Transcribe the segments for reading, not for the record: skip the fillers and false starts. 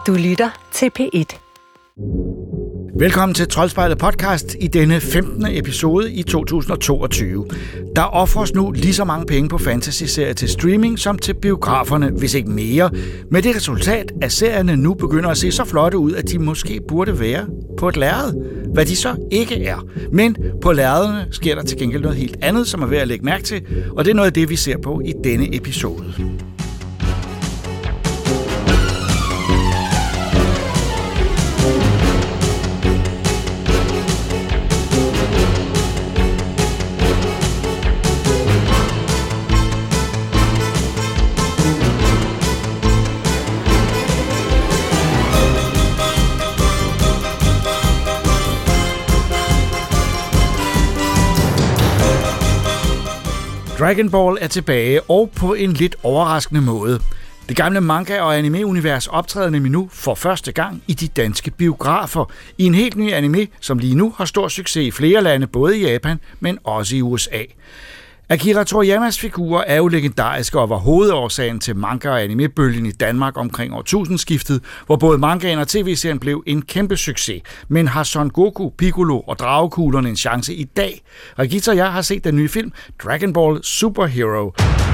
Du lytter til P1. Velkommen til Troldspejlet podcast i denne 15. episode i 2022. Der offres nu lige så mange penge på fantasy-serier til streaming som til biograferne, hvis ikke mere. Med det resultat, at serierne nu begynder at se så flotte ud, at de måske burde være på et lærred. Hvad de så ikke er. Men på lærrederne sker der til gengæld noget helt andet, som er værd at lægge mærke til, og det er noget af det, vi ser på i denne episode. Dragon Ball er tilbage, og på en lidt overraskende måde. Det gamle manga- og anime-univers optræder nemlig nu for første gang i de danske biografer, i en helt ny anime, som lige nu har stor succes i flere lande, både i Japan, men også i USA. Akira Toriyamas figurer er jo legendariske og var hovedårsagen til manga- og anime-bølgen i Danmark omkring årtusindskiftet, hvor både mangaen og tv-serien blev en kæmpe succes. Men har Son Goku, Piccolo og Dragekuglerne en chance i dag? Regita og jeg har set den nye film Dragon Ball Super Hero.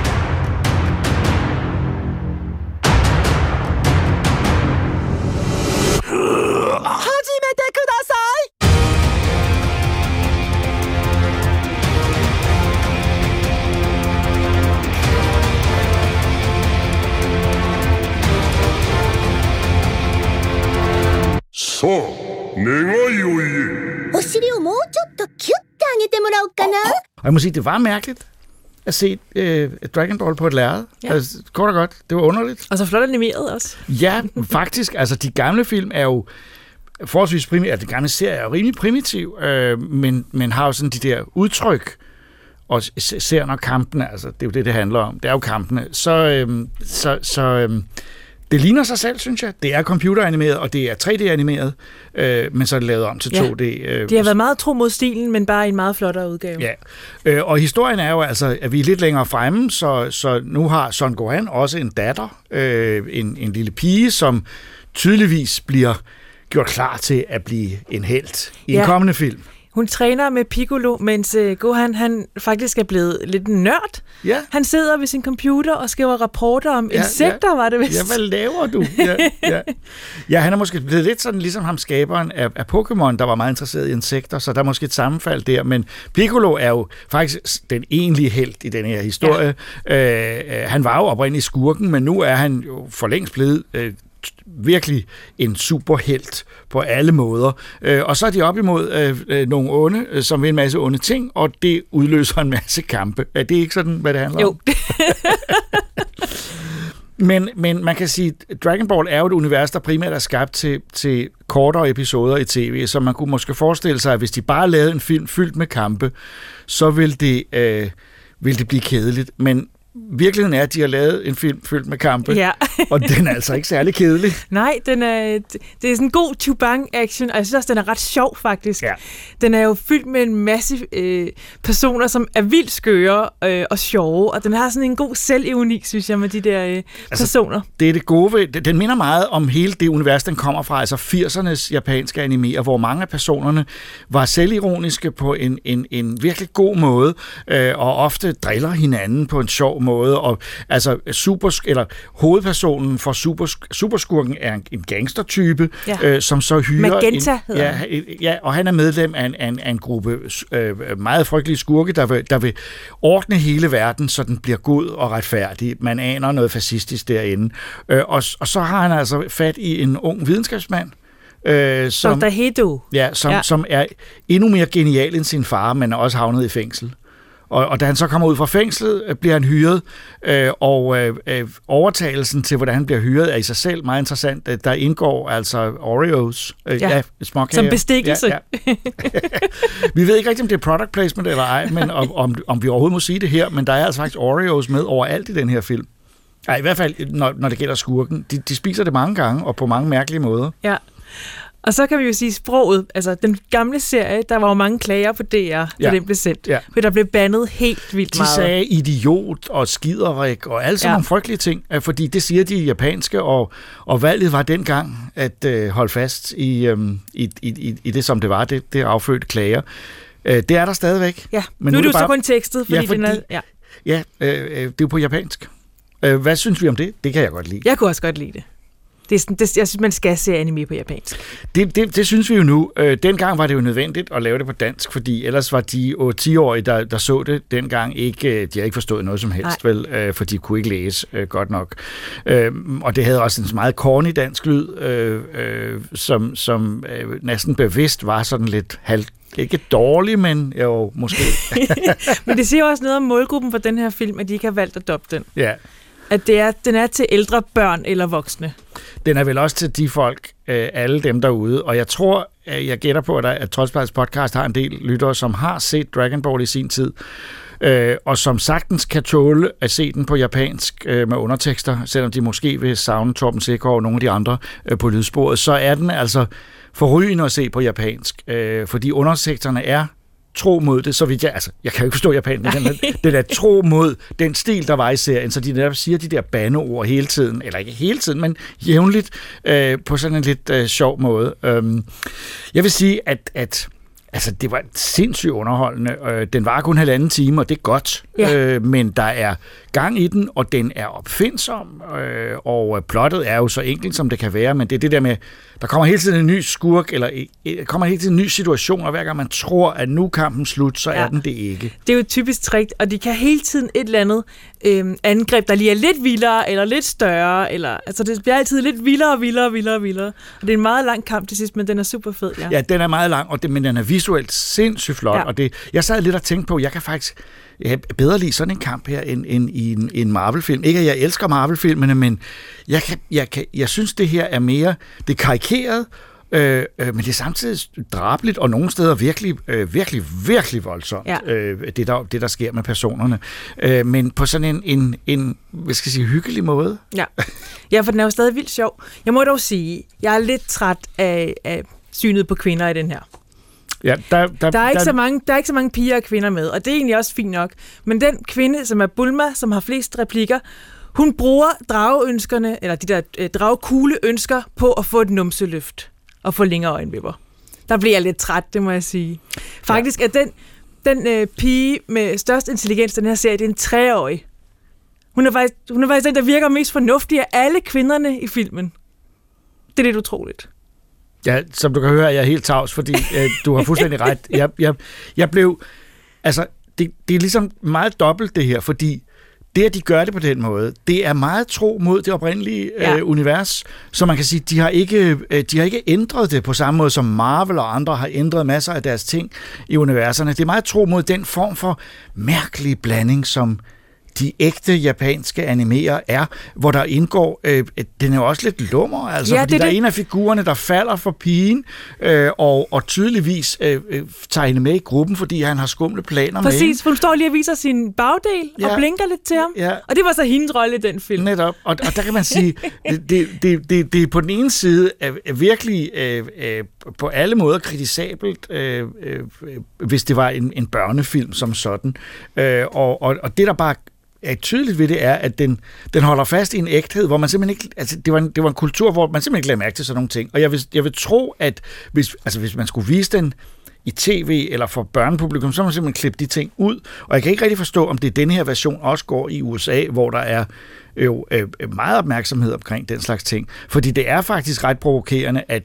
Så, 願いを言え。 お尻をもうちょっとキュッて上げてもらおうかな。 Og jeg må sige, det var mærkeligt at se Dragon Ball på et lærred. Ja. Altså, kort og godt. Det var underligt. Og så flot animeret også. Ja, faktisk. Altså, de gamle film er jo forholdsvis primitive. De gamle serier er jo rimelig primitiv, men har jo sådan de der udtryk, og ser når kampene, altså det er jo det handler om, det er jo kampene, så det ligner sig selv, synes jeg. Det er computeranimeret, og det er 3D-animeret, men så er det lavet om til 2D. De har været meget tro mod stilen, men bare i en meget flottere udgave. Ja, og historien er jo altså, at vi er lidt længere fremme, så nu har Son Gohan også en datter, en lille pige, som tydeligvis bliver gjort klar til at blive en helt i en kommende film. Hun træner med Piccolo, mens Gohan han faktisk er blevet lidt en nørd. Ja. Han sidder ved sin computer og skriver rapporter om insekter, var det vist. Ja, hvad laver du? Ja, han er måske blevet lidt sådan, ligesom ham skaberen af Pokémon, der var meget interesseret i insekter, så der er måske et sammenfald der. Men Piccolo er jo faktisk den egentlige helt i den her historie. Ja. Han var jo oprindeligt skurken, men nu er han jo for længst blevet virkelig en superhelt på alle måder. Og så er de op imod nogle onde, som vil en masse onde ting, og det udløser en masse kampe. Er det ikke sådan, hvad det handler om? Jo. Men man kan sige, at Dragon Ball er jo et univers, der primært er skabt til kortere episoder i tv, så man kunne måske forestille sig, at hvis de bare lavede en film fyldt med kampe, så vil det blive kedeligt. Men virkeligheden er, at de har lavet en film fyldt med kampe, og den er altså ikke særlig kedelig. Nej, det er sådan en god chubang-action, og jeg synes også, den er ret sjov, faktisk. Ja. Den er jo fyldt med en masse personer, som er vildt skøre og sjove, og den har sådan en god selvironi, synes jeg, med de der personer. Det er det gode ved, den minder meget om hele det univers, den kommer fra, altså 80'ernes japanske animer, hvor mange af personerne var selvironiske på en virkelig god måde, og ofte driller hinanden på en sjov måde, og altså hovedpersonen for superskurken er en gangstertype, som så hyrer Magenta og han er medlem af en gruppe meget frygtelige skurke, der vil ordne hele verden, så den bliver god og retfærdig. Man aner noget fascistisk derinde. Og så har han altså fat i en ung videnskabsmand, som er endnu mere genial end sin far, men er også havnet i fængsel. Og da han så kommer ud fra fængslet, bliver han hyret, og overtagelsen til, hvordan han bliver hyret, er i sig selv meget interessant. Der indgår altså Oreos, småkager. Som bestikkelse. Ja. Vi ved ikke rigtig, om det er product placement eller ej, men om vi overhovedet må sige det her, men der er altså faktisk Oreos med overalt i den her film. Ej, i hvert fald, når det gælder skurken. De spiser det mange gange, og på mange mærkelige måder. Ja. Og så kan vi jo sige sproget. Altså, den gamle serie, der var jo mange klager på DR, da den blev sendt. Ja. For der blev bandet helt vildt meget. De sagde idiot og skiderik og alle sådan nogle frygtelige ting, fordi det siger de japanske, og valget var dengang at holde fast i det, som det var, det affødte klager. Det er der stadigvæk. Ja, men nu er det jo så kun tekstet, fordi den er... Ja, det er jo på japansk. Hvad synes vi om det? Det kan jeg godt lide. Jeg kunne også godt lide det. Jeg synes, man skal se anime på japansk. Det synes vi jo nu. Dengang var det jo nødvendigt at lave det på dansk, fordi ellers var de 10-årige, der så det dengang, de havde ikke forstået noget som helst, vel, for de kunne ikke læse godt nok. Og det havde også en meget corny dansk lyd, som næsten bevidst var sådan lidt ikke dårlig, men jo, måske. Men det siger jo også noget om målgruppen for den her film, at de ikke har valgt at doppe den. Ja. At den er til ældre børn eller voksne. Den er vel også til de folk, alle dem derude. Og jeg tror, jeg gætter på, at Troldspejlets podcast har en del lyttere, som har set Dragon Ball i sin tid, og som sagtens kan tåle at se den på japansk med undertekster, selvom de måske vil savne Torben Sekov og nogle af de andre på lydsporet, så er den altså forrygende at se på japansk, fordi underteksterne er tro mod det, så vidt jeg kan jo ikke forstå Japan, men det der tro mod den stil, der var i serien, så de netop siger de der bandeord hele tiden, eller ikke hele tiden, men jævnligt, på sådan en lidt sjov måde. Jeg vil sige, at det var sindssygt underholdende. Den var kun 1,5 time, og det er godt, men der er gang i den, og den er opfindsom, og plottet er jo så enkelt, som det kan være, men det er det der med, der kommer hele tiden en ny skurk, eller kommer hele tiden en ny situation, og hver gang man tror, at nu er kampen slut, så er den det ikke. Det er jo et typisk trick, og de kan hele tiden et eller andet angreb, der lige er lidt vildere, eller lidt større, eller, altså det bliver altid lidt vildere. Og det er en meget lang kamp til sidst, men den er super fed. Ja, den er meget lang, men den er visuelt sindssygt flot, og jeg sad lidt og tænkte på, jeg kan faktisk bedre lide sådan en kamp her, end i en Marvel-film. Ikke at jeg elsker Marvel-filmene, men jeg synes, det her er mere, det er karikeret, men det er samtidig drabeligt, og nogle steder virkelig voldsomt, det der sker med personerne. Men på sådan en hvad skal jeg sige, hyggelig måde. Ja, for den er jo stadig vildt sjov. Jeg må dog sige, jeg er lidt træt af synet på kvinder i den her. Ja, der er ikke så mange piger og kvinder med, og det er egentlig også fint nok. Men den kvinde, som er Bulma, som har flest replikker, hun bruger drageønskerne, eller de der dragekugle ønsker på at få et numseløft og få længere øjenvipper. Der bliver jeg lidt træt, det må jeg sige. Faktisk er den pige med størst intelligens, den her serie, det er en 3-årig. Hun er faktisk den, der virker mest fornuftig af alle kvinderne i filmen. Det er lidt utroligt. Ja, som du kan høre, jeg er helt tavs, fordi du har fuldstændig ret. Jeg blev... Altså, det er ligesom meget dobbelt det her, fordi det, at de gør det på den måde, det er meget tro mod det oprindelige univers, så man kan sige, de har ikke ændret det på samme måde, som Marvel og andre har ændret masser af deres ting i universerne. Det er meget tro mod den form for mærkelig blanding, som de ægte japanske animerer er, hvor der indgår, den er jo også lidt lummer, altså, fordi der er en af figurerne, der falder for pigen, og tydeligvis tager hende med i gruppen, fordi han har skumle planer med. Præcis, for hun står lige og viser sin bagdel, og blinker lidt til ham, og det var så hendes rolle i den film. Netop, og der kan man sige, det på den ene side er virkelig på alle måder kritisabelt, hvis det var en børnefilm som sådan, og det der bare er tydeligt ved det er, at den holder fast i en ægthed, hvor man simpelthen ikke... Altså, det var en kultur, hvor man simpelthen ikke lagde mærke til sådan nogle ting. Og jeg vil tro, at hvis man skulle vise den i tv eller for børnepublikum, så må man simpelthen klippe de ting ud. Og jeg kan ikke rigtig forstå, om det er den her version også går i USA, hvor der er jo meget opmærksomhed omkring den slags ting. Fordi det er faktisk ret provokerende, at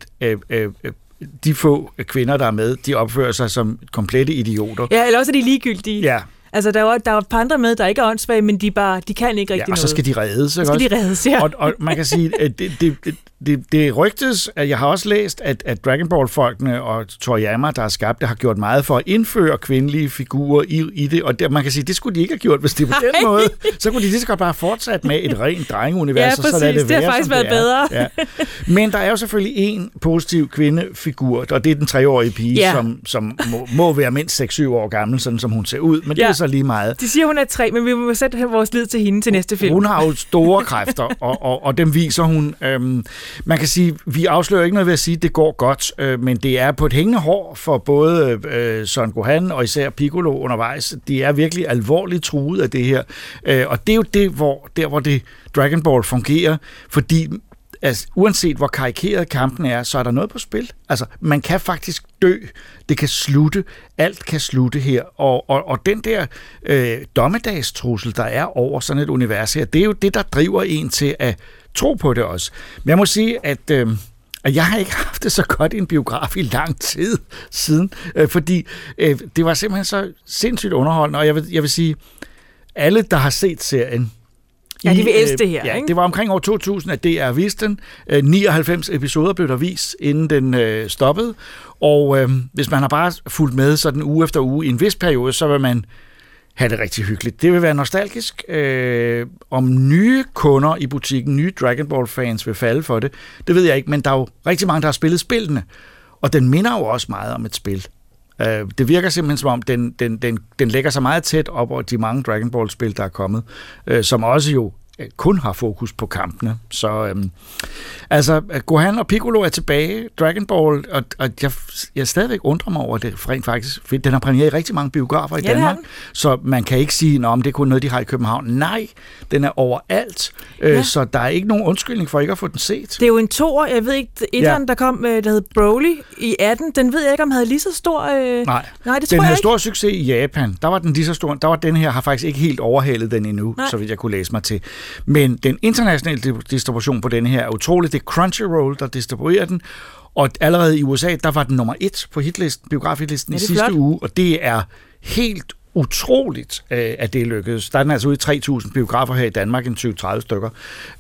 de få kvinder, der er med, de opfører sig som komplette idioter. Ja, eller også er de ligegyldige. Ja. Altså, der er et par andre med, der ikke er åndssvage, men de kan ikke rigtig noget. Og så skal de reddes, ikke også? Så skal de reddes, ja. Og man kan sige, at det rygtes, at jeg har også læst, at Dragon Ball-folkene og Toriyama, der har skabt det, har gjort meget for at indføre kvindelige figurer i det, og man kan sige, det skulle de ikke have gjort, hvis det var på den måde. Så kunne de lige så godt bare fortsat med et rent drengeunivers. Ja, præcis. Så det har faktisk været bedre. Ja. Men der er jo selvfølgelig en positiv kvindefigur, og det er den 3-årige pige, som må være mindst 6-7 år gammel, sådan som hun ser ud, men det er så lige meget. De siger, hun er 3, men vi må sætte vores lid til hende til næste film. Hun har jo store kræfter, og dem viser hun. man kan sige, vi afslører ikke noget ved at sige, at det går godt, men det er på et hængende hår for både Son Gohan og især Piccolo undervejs. De er virkelig alvorligt truet af det her. Og det er jo det, hvor det Dragon Ball fungerer, fordi altså, uanset hvor karikeret kampen er, så er der noget på spil. Altså, man kan faktisk dø. Det kan slutte. Alt kan slutte her. Og den der dommedagstrussel, der er over sådan et univers her, det er jo det, der driver en til at tro på det også. Men jeg må sige, at jeg har ikke haft det så godt i en biograf i lang tid siden, fordi det var simpelthen så sindssygt underholdende, og jeg vil sige, alle, der har set serien, ja, de vil elske det her, ja, ikke? Det var omkring år 2000, at DR viste den. 99 episoder blev der vist, inden den stoppede. Og hvis man har bare fulgt med sådan uge efter uge i en vis periode, så vil man have det rigtig hyggeligt. Det vil være nostalgisk. Om nye kunder i butikken, nye Dragon Ball-fans vil falde for det, det ved jeg ikke, men der er jo rigtig mange, der har spillet spillene. Og den minder jo også meget om et spil. Det virker simpelthen som om, den lægger sig meget tæt op over de mange Dragon Ball-spil, der er kommet, som også jo kun har fokus på kampene. Så altså, Gohan og Piccolo er tilbage, Dragon Ball, og jeg stadigvæk undrer mig over det rent faktisk, for den har premiere i rigtig mange biografer i Danmark, så man kan ikke sige, at det er kun noget, de har i København. Nej, den er overalt, så der er ikke nogen undskyldning for ikke at få den set. Det er jo en toer, jeg ved ikke, der kom, der hed Broly i 18, den ved jeg ikke, om havde lige så stor... Nej, det den havde ikke. Stor succes i Japan, der var den lige så stor, der var den her, har faktisk ikke helt overhalet den endnu, så vidt jeg kunne læse mig til. Men den internationale distribution på denne her er utrolig. Det er Crunchyroll, der distribuerer den. Og allerede i USA, der var den nummer 1 på biografhitlisten i sidste uge. Og det er helt utroligt, at det lykkedes. Der er den altså ude i 3.000 biografer her i Danmark, en 20-30 stykker.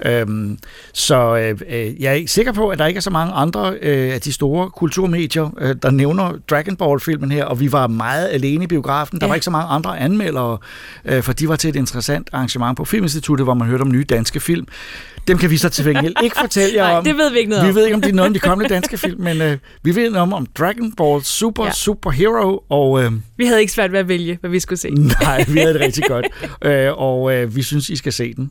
Så jeg er sikker på, at der ikke er så mange andre af de store kulturmedier, der nævner Dragon Ball-filmen her, og vi var meget alene i biografen. Der var ikke så mange andre anmeldere, for de var til et interessant arrangement på Filminstituttet, hvor man hørte om nye danske film. Dem kan vi så til gengæld ikke fortælle jer om. det ved vi ikke noget om. Vi ved ikke, om det er noget af de kommende danske film, men vi ved noget om Dragon Ball Super Hero. Og, vi havde ikke svært ved at vælge, hvad vi skulle se. Nej, vi havde det rigtig godt. Og vi synes, I skal se den.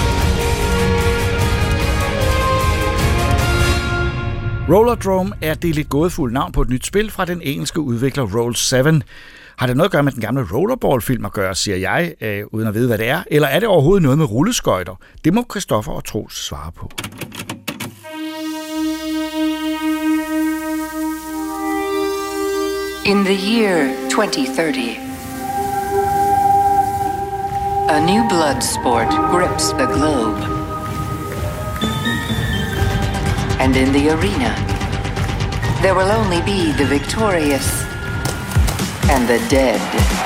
Rollerdrome er det lidt gådefulde navn på et nyt spil fra den engelske udvikler Roll7. Har det noget at gøre med den gamle Rollerball-film at gøre, siger jeg, uden at vide, hvad det er? Eller er det overhovedet noget med rulleskøjter? Det må Christoffer og Troels svare på. In the year 2030, a new blood sport grips the globe. And in the arena, there will only be the victorious and the dead.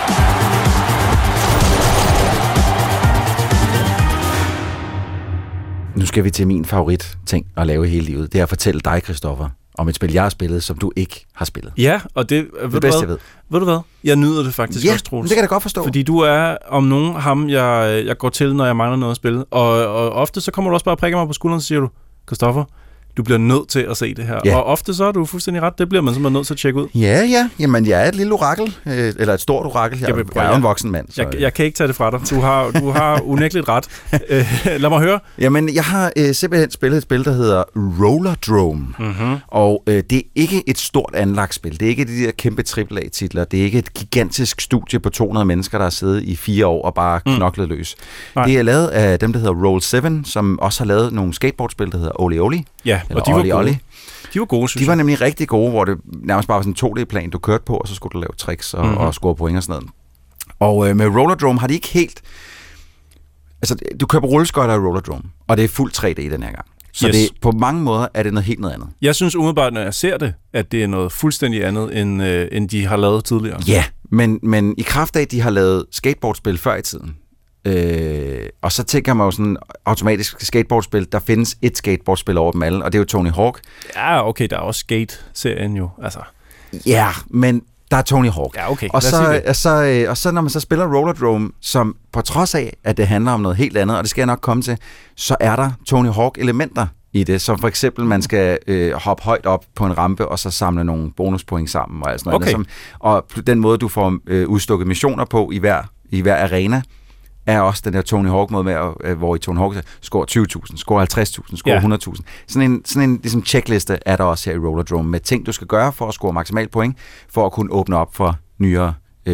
Nu skal vi til min favoritting at lave i hele livet. Det er at fortælle dig, Christoffer, om et spil, jeg har spillet, som du ikke har spillet. Ja, og det det bedste, jeg ved. Ved du hvad? Jeg nyder det faktisk også, Troels. det kan jeg da godt forstå. Fordi du er om nogen ham, jeg går til, når jeg mangler noget at spille. Og ofte så kommer du også bare og prikker mig på skulderen, og så siger du, Christoffer, du bliver nødt til at se det her. Ja. Og ofte så er du fuldstændig ret. Det bliver man simpelthen nødt til at tjekke ud. Ja. Jamen, jeg er et lille orakel. Eller et stort orakel. Jeg er en voksen mand. Så jeg kan ikke tage det fra dig. Du har unægteligt ret. Lad mig høre. Jamen, jeg har simpelthen spillet et spil, der hedder Rollerdrome. Mm-hmm. Og det er ikke et stort anlagt spil. Det er ikke de der kæmpe AAA-titler. Det er ikke et gigantisk studie på 200 mennesker, der har siddet i 4 år og bare knoklet løs. Nej. Det er lavet af dem, der hedder Roll7, som også har lavet nogle skateboardspil, der hedder Oli Oli. Ja, og de var gode. De var gode, synes jeg. De var nemlig rigtig gode, hvor det nærmest bare var sådan en 2D-plan, du kørte på, og så skulle du lave tricks og score point og sådan noget. Og med Rollerdrome har de ikke helt... Altså, du kører på rulleskøjter i Rollerdrome, og det er fuld 3D den her gang. Så det, på mange måder er det noget helt noget andet. Jeg synes umiddelbart, når jeg ser det, at det er noget fuldstændig andet, end de har lavet tidligere. Ja, men i kraft af, at de har lavet skateboardspil før i tiden, og så tænker man jo sådan automatisk skateboardspil, der findes et skateboardspil over dem alle, og det er jo Tony Hawk. Ja, okay, der er også Skate-serien jo, altså. Ja, men der er Tony Hawk. Ja, okay. Og så når man så spiller Rollerdrome, som på trods af, at det handler om noget helt andet, og det skal jeg nok komme til, så er der Tony Hawk-elementer i det, som for eksempel, man skal hoppe højt op på en rampe, og så samle nogle bonuspoint sammen, og alt sådan noget. Og den måde, du får udstukket missioner på i hver arena, er også den der Tony Hawk-måde med, hvor i Tony Hawk score 20.000, score 50.000, score 100.000. Sådan en ligesom checkliste er der også her i Rollerdrome med ting, du skal gøre for at score maksimal point, for at kunne åbne op for nyere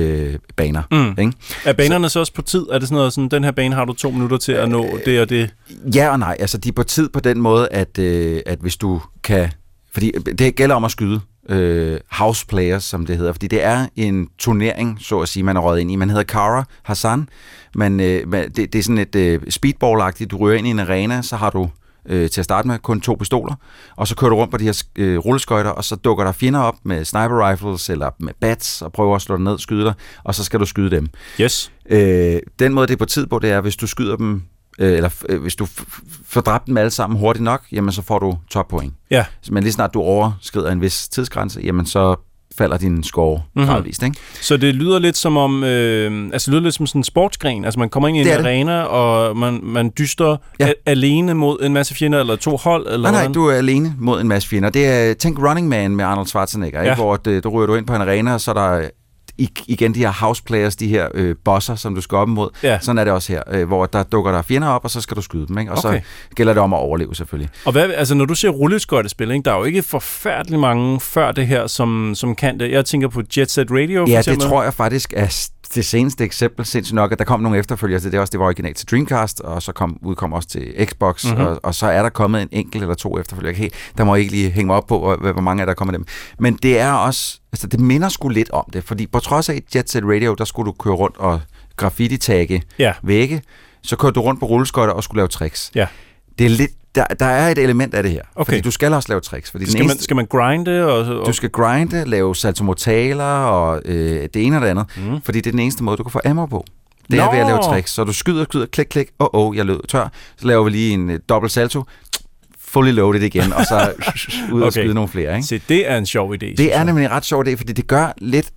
baner. Ikke? Er banerne så også på tid? Er det sådan noget, sådan, den her bane har du 2 minutter til at nå det og det? Ja og nej. Altså, de er på tid på den måde, at hvis du kan... Fordi det gælder om at skyde house players, som det hedder. Fordi det er en turnering, så at sige, man er røget ind i. Man hedder Kara Hassan. Det er sådan et speedball-agtigt. Du rører ind i en arena, så har du til at starte med kun 2 pistoler, og så kører du rundt på de her rulleskøjter, og så dukker der fjender op med sniper rifles eller med bats, og prøver at slå dig ned, skyde dig, og så skal du skyde dem. Yes. Den måde, det er på tid på, det er, hvis du skyder dem, eller hvis du får dræbt dem alle sammen hurtigt nok, jamen så får du toppoint. Ja. Men lige snart du overskrider en vis tidsgrænse, jamen så falder din score gradvist, ikke? Så det lyder lidt som om, det lyder lidt som sådan en sportsgren. Altså man kommer ind i en arena, og man dyster alene mod en masse fjender, eller 2 hold, eller nej, du er alene mod en masse fjender. Det er, tænk Running Man med Arnold Schwarzenegger, ikke? Hvor du ryger du ind på en arena, og så er der igen de her house players, de her bosser, som du skal op imod. Ja. Sådan er det også her, hvor der dukker der fjender op, og så skal du skyde dem, ikke? Og så gælder det om at overleve, selvfølgelig. Og når du ser rulleskøjtespil, ikke? Der er jo ikke forfærdelig mange før det her, som kan det. Jeg tænker på Jet Set Radio, for eksempel. Det tror jeg faktisk er det seneste eksempel, sindssygt nok, at der kom nogle efterfølgere til det også. Det var originalt til Dreamcast, og så udkom også til Xbox, og så er der kommet en enkelt eller 2 efterfølgere. Hey, der må jeg ikke lige hænge mig op på, hvor mange af der kommer dem. Men det er også, altså det minder sgu lidt om det, fordi på trods af Jet Set Radio, der skulle du køre rundt og graffiti-tagge vægge, så kørte du rundt på rulleskøjter og skulle lave tricks. Ja. Det er lidt, der er et element af det her, fordi du skal også lave tricks. Fordi skal man grinde? Du skal grinde, lave saltomortaler og det ene og det andet, fordi det er den eneste måde, du kan få ammo på. Det er ved at lave tricks. Så du skyder, klik, jeg lød tør. Så laver vi lige en dobbelt salto, fully loaded igen, og så ud og skyde nogle flere. Ikke? Så det er en sjov idé. Det er nemlig en ret sjov idé, fordi det gør lidt,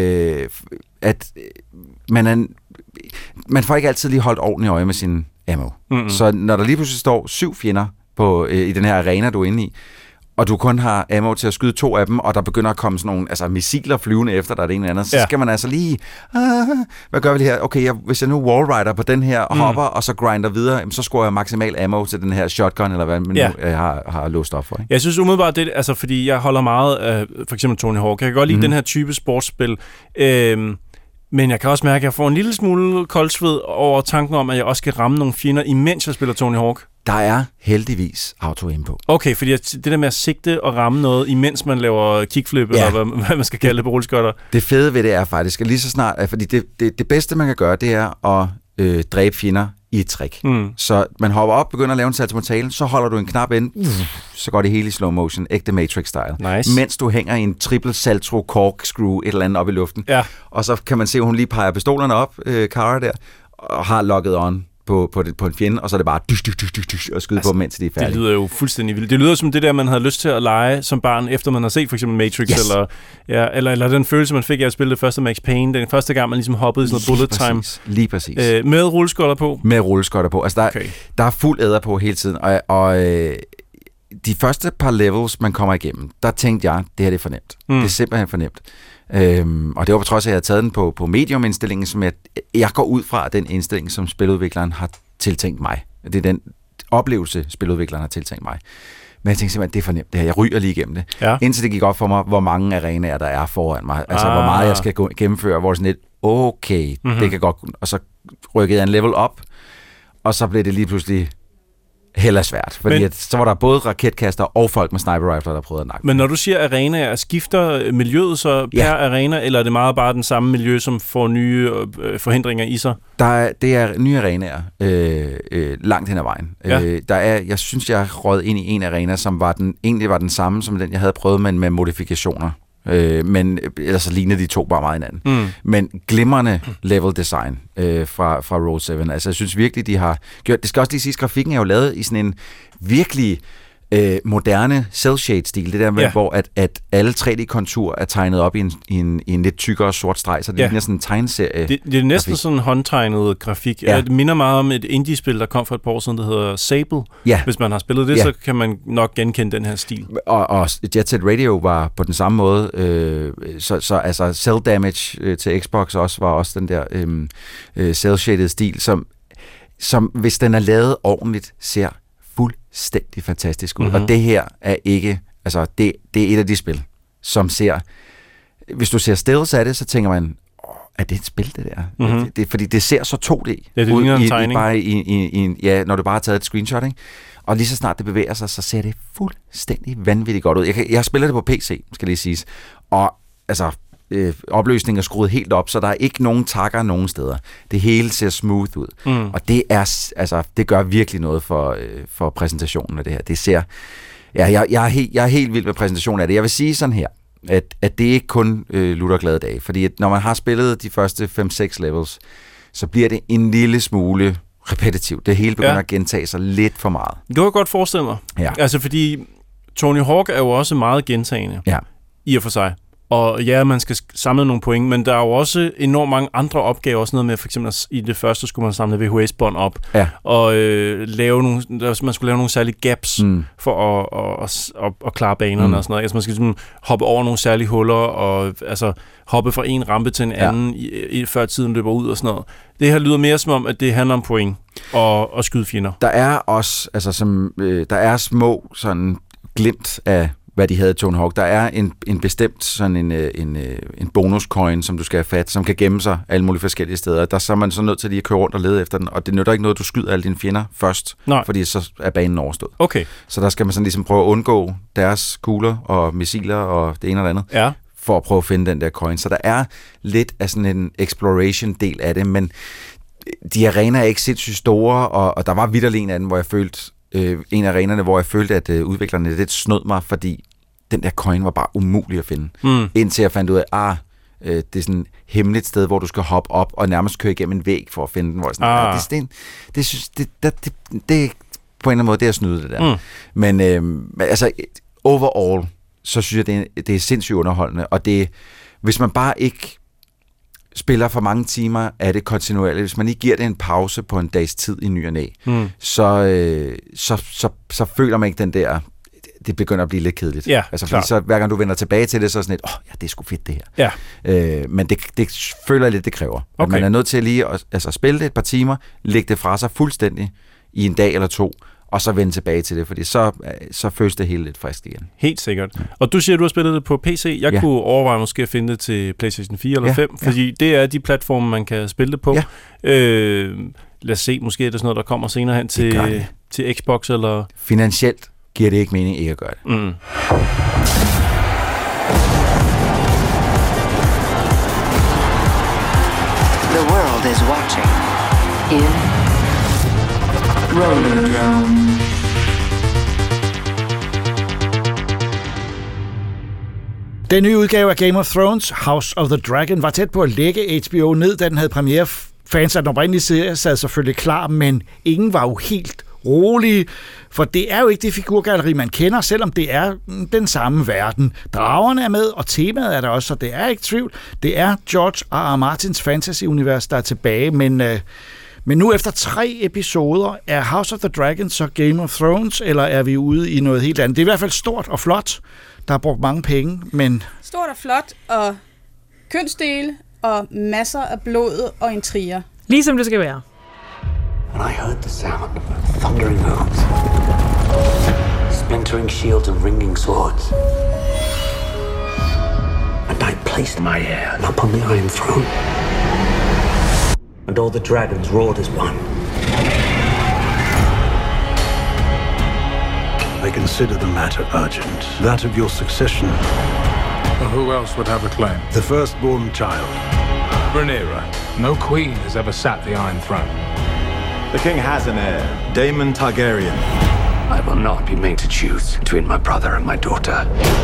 at man får ikke altid lige holdt ordentligt øje med sin ammo. Så når der lige pludselig står 7 fjender i den her arena, du er inde i, og du kun har ammo til at skyde 2 af dem, og der begynder at komme sådan nogle missiler flyvende efter dig, det ene eller andet, så skal man altså lige, hvad gør vi lige her? Okay, hvis jeg nu wallrider på den her, hopper, og så grinder videre, så scorer jeg maksimal ammo til den her shotgun, eller hvad man nu har låst op for. Ikke? Jeg synes umiddelbart, det fordi jeg holder meget af for eksempel Tony Hawk. Jeg kan godt lide den her type sportsspil, men jeg kan også mærke, at jeg får en lille smule koldsved over tanken om, at jeg også skal ramme nogle fjender, imens jeg spiller Tony Hawk. Der er heldigvis auto-aim på. Okay, fordi det der med at sigte og ramme noget, imens man laver kickflip, eller hvad man skal kalde det på rulleskøjter. Det fede ved det er faktisk, at lige så snart, fordi det bedste, man kan gøre, det er at dræbe fjender i et trick. Så man hopper op, begynder at lave en saltomortale, så holder du en knap ind, så går det hele i slow motion, ægte Matrix-style. Nice. Mens du hænger i en triple salto corkscrew, et eller andet op i luften. Ja. Og så kan man se, at hun lige peger pistolerne op, Kara der, og har logget on på en fjende, og så er det bare og skyde på dem, mens de er færdige. Det lyder jo fuldstændig vildt. Det lyder som det der, man havde lyst til at lege som barn, efter man har set for eksempel Matrix, eller den følelse, man fik af at spille det første Max Payne, den første gang, man ligesom hoppede i sådan noget bullet time. Lige præcis. Med rulleskøjter på? Med rulleskøjter på. Altså, der er fuld æder på hele tiden, og de første par levels, man kommer igennem, der tænkte jeg, det her det er for nemt. Det er simpelthen for nemt. Og det var på trods af, at jeg havde taget den på medium-indstillingen, som jeg går ud fra den indstilling, som spiludvikleren har tiltænkt mig. Det er den oplevelse, spiludvikleren har tiltænkt mig. Men jeg tænkte simpelthen, det er for nemt det her. Jeg ryger lige igennem det. Ja. Indtil det gik op for mig, hvor mange arenaer der er foran mig. Altså, hvor meget jeg skal gennemføre, hvor det sådan lidt, okay, det kan godt. Og så rykkede jeg en level op, og så blev det lige pludselig heller svært, fordi så var der både raketkaster og folk med sniper rifler, der prøvede at nakke. Men når du siger arenaer, skifter miljøet så per arena, eller er det meget bare den samme miljø, som får nye forhindringer i sig? Det er nye arenaer langt hen ad vejen. Jeg synes, jeg har røget ind i en arena, som egentlig var den samme som den, jeg havde prøvet, men med modifikationer. Men ellers så ligner de 2 bare meget hinanden. Men glimrende level design fra Roll 7. Altså jeg synes virkelig, de har gjort. Det skal også lige siges, grafikken er jo lavet i sådan en virkelig moderne cel-shade-stil. Det der med, hvor at alle 3D-konturer er tegnet op i en lidt tykkere sort streg, så det ligner sådan en tegneserie. Det er næsten sådan en håndtegnet grafik. Ja. Det minder meget om et indie-spil, der kom for et par år siden, der hedder Sable. Ja. Hvis man har spillet det, så kan man nok genkende den her stil. Og Jet Set Radio var på den samme måde. Så altså Cell Damage til Xbox også var også den der cel-shaded stil, som som hvis den er lavet ordentligt, ser fuldstændig fantastisk ud. Mm-hmm. Og det her er ikke, altså det er et af de spil, som ser, hvis du ser stills af det, så tænker man, er det et spil, det der? Mm-hmm. Fordi det ser så 2D det ud en tegning. Når du bare har taget et screenshot, ikke? Og lige så snart det bevæger sig, så ser det fuldstændig vanvittigt godt ud. Jeg spiller det på PC, skal lige siges, og altså opløsningen er skruet helt op, så der er ikke nogen takker nogen steder. Det hele ser smooth ud. Og det er det gør virkelig noget for præsentationen af det her. Det ser jeg er helt vild med præsentationen af det. Jeg vil sige sådan her, at det ikke kun lutter glade dage, fordi at når man har spillet de første 5-6 levels, så bliver det en lille smule repetitivt. Det hele begynder at gentage sig lidt for meget. Det kan jeg godt forestille mig. Ja. Altså fordi Tony Hawk er jo også meget gentagende i og for sig. Og ja, man skal samle nogle point, men der er jo også enormt mange andre opgaver, også noget med, for eksempel i det første skulle man samle VHS-bånd op, og man skulle lave nogle særlige gaps for at klare banerne og sådan noget. Altså man skal ligesom hoppe over nogle særlige huller, og altså hoppe fra en rampe til en anden, før tiden løber ud og sådan noget. Det her lyder mere som om, at det handler om point og skyde fjender. Der er også, altså der er små sådan glimt af hvad de havde i Tony Hawk. Der er en bestemt sådan en bonuscoin, som du skal have fat, som kan gemme sig alle mulige forskellige steder. Der så er man så nødt til lige at køre rundt og lede efter den, og det nytter ikke noget, at du skyder alle dine fjender først, fordi så er banen overstået. Okay. Så der skal man sådan ligesom prøve at undgå deres kugler og missiler og det ene og det andet, for at prøve at finde den der coin. Så der er lidt af sådan en exploration-del af det, men de arenaer er ikke sindssygt store, og der var vitterlig en af dem, hvor jeg følte, en af arenerne, hvor jeg følte, at udviklerne lidt snød mig, fordi den der coin var bare umulig at finde. Indtil jeg fandt ud af, det er sådan et hemmeligt sted, hvor du skal hoppe op og nærmest køre igennem en væg for at finde den. Hvor sådan, det er på en eller anden måde, det er at snyde det der. Men altså, overall, så synes jeg, det er sindssygt underholdende, og det, hvis man bare ikke spiller for mange timer, er det kontinuerligt. Hvis man ikke giver det en pause på en dags tid i ny og næ, så føler man ikke den der, det begynder at blive lidt kedeligt. Ja, altså, fordi så hver gang du vender tilbage til det, så er sådan et, det er sgu fedt det her. Ja. Men det føler jeg lidt, det kræver. Okay. At man er nødt til lige at spille det et par timer, lægge det fra sig fuldstændig i en dag eller to, og så vende tilbage til det, fordi så føles det hele lidt frisk igen. Helt sikkert. Og du siger, at du har spillet det på PC. Jeg kunne overveje måske at finde det til PlayStation 4 eller 5, fordi det er de platforme, man kan spille det på. Ja. Lad os se, måske er det sådan noget, der kommer senere hen til Xbox eller... Finansielt giver det ikke mening ikke at gøre det. The world is watching in Rollerdrome. Den nye udgave af Game of Thrones, House of the Dragon, var tæt på at lægge HBO ned, da den havde premiere. Fans af den oprindelige serie sad selvfølgelig klar, men ingen var jo helt rolige, for det er jo ikke det figurgalleri, man kender, selvom det er den samme verden. Dragerne er med, og temaet er der også, så det er ikke tvivl. Det er George R. R. Martins fantasy-univers, der er tilbage, men nu efter 3 episoder, er House of the Dragon så Game of Thrones, eller er vi ude i noget helt andet? Det er i hvert fald stort og flot. Der har brugt mange penge, men... Stort og flot, og kønsdele, og masser af blod og intriger. Ligesom det skal være. And I heard the sound of thundering hooves, splintering shields and ringing swords. And I placed my hand upon the Iron Throne. And all the dragons roared as one. I consider the matter urgent. That of your succession. Well, who else would have a claim? The firstborn child. Rhaenyra. No queen has ever sat the Iron Throne. The king has an heir, Daemon Targaryen. I will not be made to choose between my brother and my daughter.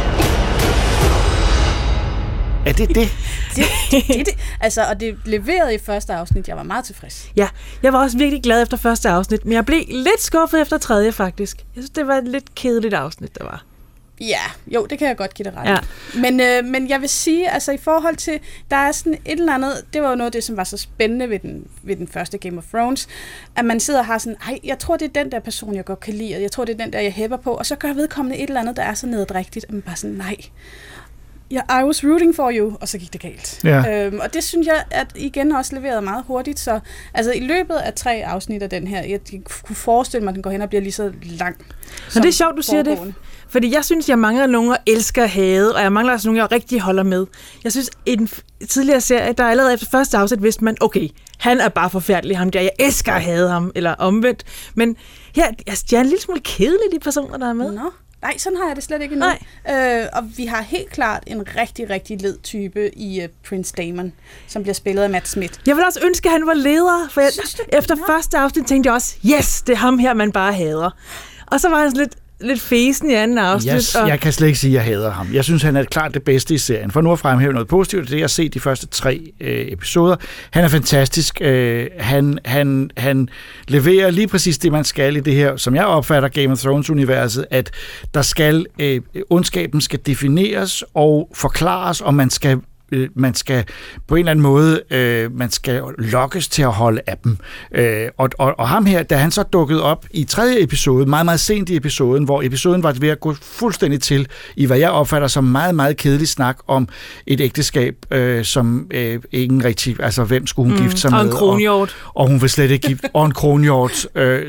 Er det det? Det. Altså, og det leverede i første afsnit. Jeg var meget tilfreds. Ja, jeg var også virkelig glad efter første afsnit, men jeg blev lidt skuffet efter tredje, faktisk. Jeg synes, det var et lidt kedeligt afsnit, der var. Ja, jo, det kan jeg godt give det ret. Ja. Men jeg vil sige, altså i forhold til, der er sådan et eller andet, det var jo noget af det, som var så spændende ved den første Game of Thrones, at man sidder og har sådan, jeg tror, det er den der person, jeg godt kan lide, og jeg tror, det er den der, jeg hæpper på, og så gør vedkommende et eller andet, der er så nederdrægtigt, at man bare sådan, nej. Ja, I was rooting for you, og så gik det galt. Ja. Og det synes jeg, at igen også leverede meget hurtigt, så altså i løbet af 3 afsnit af den her, jeg kunne forestille mig, at den går hen og bliver lige så lang. Men det er sjovt, du siger det, fordi jeg synes, jeg mangler nogen, jeg elsker at hade, og jeg mangler også nogen, jeg rigtig holder med. Jeg synes, i den tidligere serie, der allerede efter første afsnit vidste man, okay, han er bare forfærdelig, ham der, jeg elsker at hade ham, eller omvendt. Men her, jeg er en lille smule kedelig, de personer, der er med. Nå. Nej, sådan har jeg det slet ikke endnu. Og vi har helt klart en rigtig, rigtig led type i Prince Damon, som bliver spillet af Matt Smith. Jeg vil også ønske, at han var leder, for efter første afsnit tænkte jeg også, yes, det er ham her, man bare hader. Og så var han lidt fesen i anden afsnit. Yes, jeg kan slet ikke sige, at jeg hader ham. Jeg synes, han er klart det bedste i serien. For nu at fremhæve noget positivt, det jeg har set de første 3 episoder. Han er fantastisk. Han leverer lige præcis det, man skal i det her, som jeg opfatter Game of Thrones-universet, at der skal ondskaben skal defineres og forklares, og man skal på en eller anden måde, man skal lokkes til at holde af dem. Og ham her, da han så dukkede op i 3. episode, meget, meget sent i episoden, hvor episoden var ved at gå fuldstændig til i, hvad jeg opfatter som meget, meget kedelig snak om et ægteskab, som ingen rigtig, altså hvem skulle hun gifte sig med? Og en kronhjort. Og hun vil slet ikke gifte, og en kronhjort,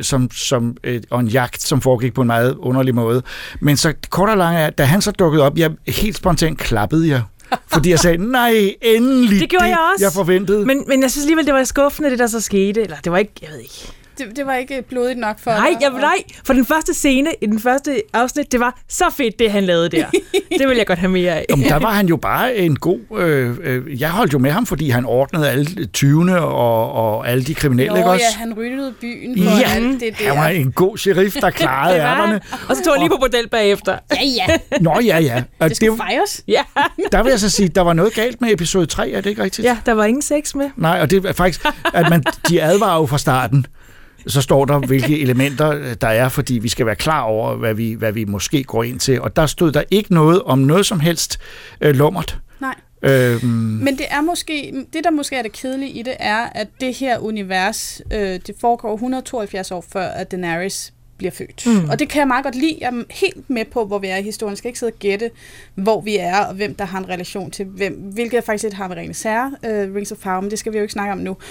og en jagt, som foregik på en meget underlig måde. Men så kort og langt er, da han så dukkede op, jeg helt spontant klappede jeg. Fordi jeg sagde, nej, endelig det gjorde jeg også. Jeg forventede. Men jeg synes alligevel, det var skuffende, det der så skete. Eller det var ikke, jeg ved ikke. Det var ikke blodigt nok for Nej, for den første scene i den første afsnit, det var så fedt, det han lavede der. Det vil jeg godt have mere af. Jamen, der var han jo bare en god... jeg holdt jo med ham, fordi han ordnede alle tyvene og alle de kriminelle, ikke også? Ja, han ryddede byen for alt det der. Han var en god sheriff, der klarede ærterne. Og så tog han lige på bordel bagefter. Ja. Nå, ja. Og det skulle fejres. Ja. Der vil jeg så sige, der var noget galt med episode 3, er det ikke rigtigt? Ja, der var ingen sex med. Nej, og det er faktisk, at de advarer jo fra starten. Så står der, hvilke elementer der er, fordi vi skal være klar over, hvad vi måske går ind til. Og der stod der ikke noget om noget som helst lummert. Nej. Men det er måske, det der måske er det kedelige i det, er, at det her univers, det foregår 172 år før, at Daenerys bliver født. Og det kan jeg meget godt lide. Jeg er helt med på, hvor vi er i historien. Jeg skal ikke sidde og gætte, hvor vi er, og hvem der har en relation til hvem, hvilket jeg faktisk lidt har med Ringenes Herre, Rings of Power, men det skal vi jo ikke snakke om nu.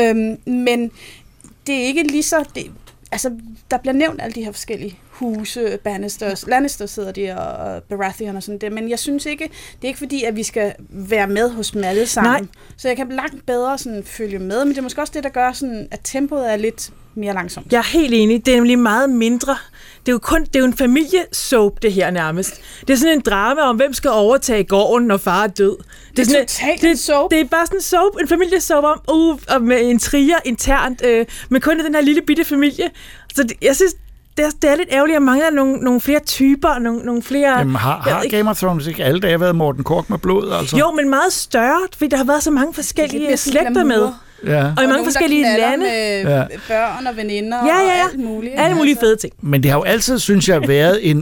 Men det er ikke lige så... Altså, der bliver nævnt alle de her forskellige huse, Lannisters sidder de, og Baratheon og sådan det, men jeg synes ikke, det er ikke fordi, at vi skal være med hos dem alle sammen. Nej. Så jeg kan langt bedre sådan følge med, men det er måske også det, der gør, sådan, at tempoet er lidt mere langsomt. Jeg er helt enig. Det er nemlig meget mindre. Det er jo en familiesoap, det her nærmest. Det er sådan en drama om, hvem skal overtage gården, når far er død. Det er totalt en soap. Det er bare sådan en soap, en familiesoap om med intriger internt, med kun den her lille bitte familie. Så jeg synes, det er lidt ærgerligt, at mangler nogle flere typer, nogle flere... Jamen, har Game of Thrones ikke alle dage været Morten Kork med blod, altså? Jo, men meget større, fordi der har været så mange forskellige slægter med. Ja. Og i mange forskellige lande. Med børn og veninder og alt muligt. Alle mulige fede ting. Men det har jo altid, synes jeg, været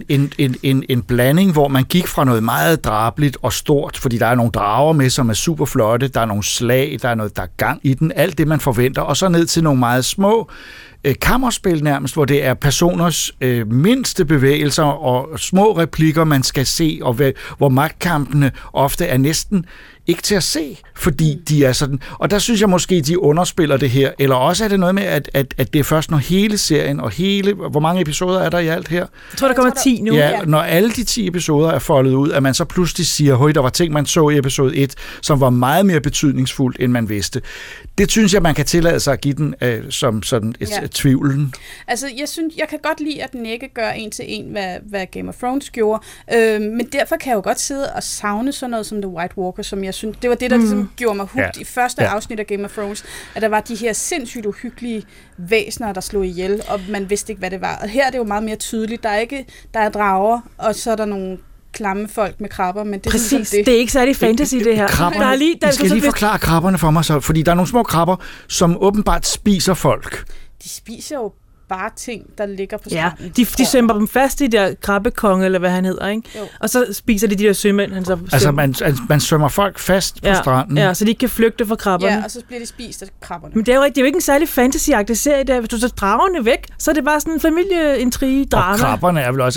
en blanding, hvor man gik fra noget meget drabeligt og stort, fordi der er nogle drager med, som er super flotte, der er nogle slag, der er noget, der er gang i den, alt det, man forventer, og så ned til nogle meget små kammerspil nærmest, hvor det er personers mindste bevægelser og små replikker, man skal se, og hvor magtkampene ofte er næsten ikke til at se, fordi de er sådan... Og der synes jeg måske, de underspiller det her. Eller også er det noget med, at det er først, når hele serien og hele... Hvor mange episoder er der i alt her? Jeg tror, der kommer 10 nu. Ja, når alle de 10 episoder er foldet ud, at man så pludselig siger, høj, der var ting, man så i episode 1, som var meget mere betydningsfuldt, end man vidste. Det synes jeg, man kan tillade sig at give den som sådan et tvivlen. Altså, jeg kan godt lide, at den ikke gør en til en, hvad Game of Thrones gjorde. Men derfor kan jeg jo godt sidde og savne sådan noget som The White Walker, som jeg synes, det var det, der ligesom gjorde mig hugt i første afsnit af Game of Thrones, at der var de her sindssygt uhyggelige væsener, der slog ihjel, og man vidste ikke, hvad det var. Og her er det jo meget mere tydeligt. Der er drager, og så er der nogle klamme folk med krabber, men det er præcis, det er ikke særlig fantasy, det her. I skal lige forklare krabberne for mig, så, fordi der er nogle små krabber, som åbenbart spiser folk. De spiser jo bare ting, der ligger på stranden. Ja, de sømmer dem fast i der krabbekonge, eller hvad han hedder, ikke? Jo. Og så spiser de der sømænd, han så... Altså, man sømmer folk fast på stranden. Ja, så de ikke kan flygte fra krabberne. Ja, og så bliver de spist af krabberne. Men det er jo ikke en særlig fantasy-agtig serie der. Hvis du så dragerne væk, så er det bare sådan en familieintrige-drama. Og krabberne er vel også... Altså,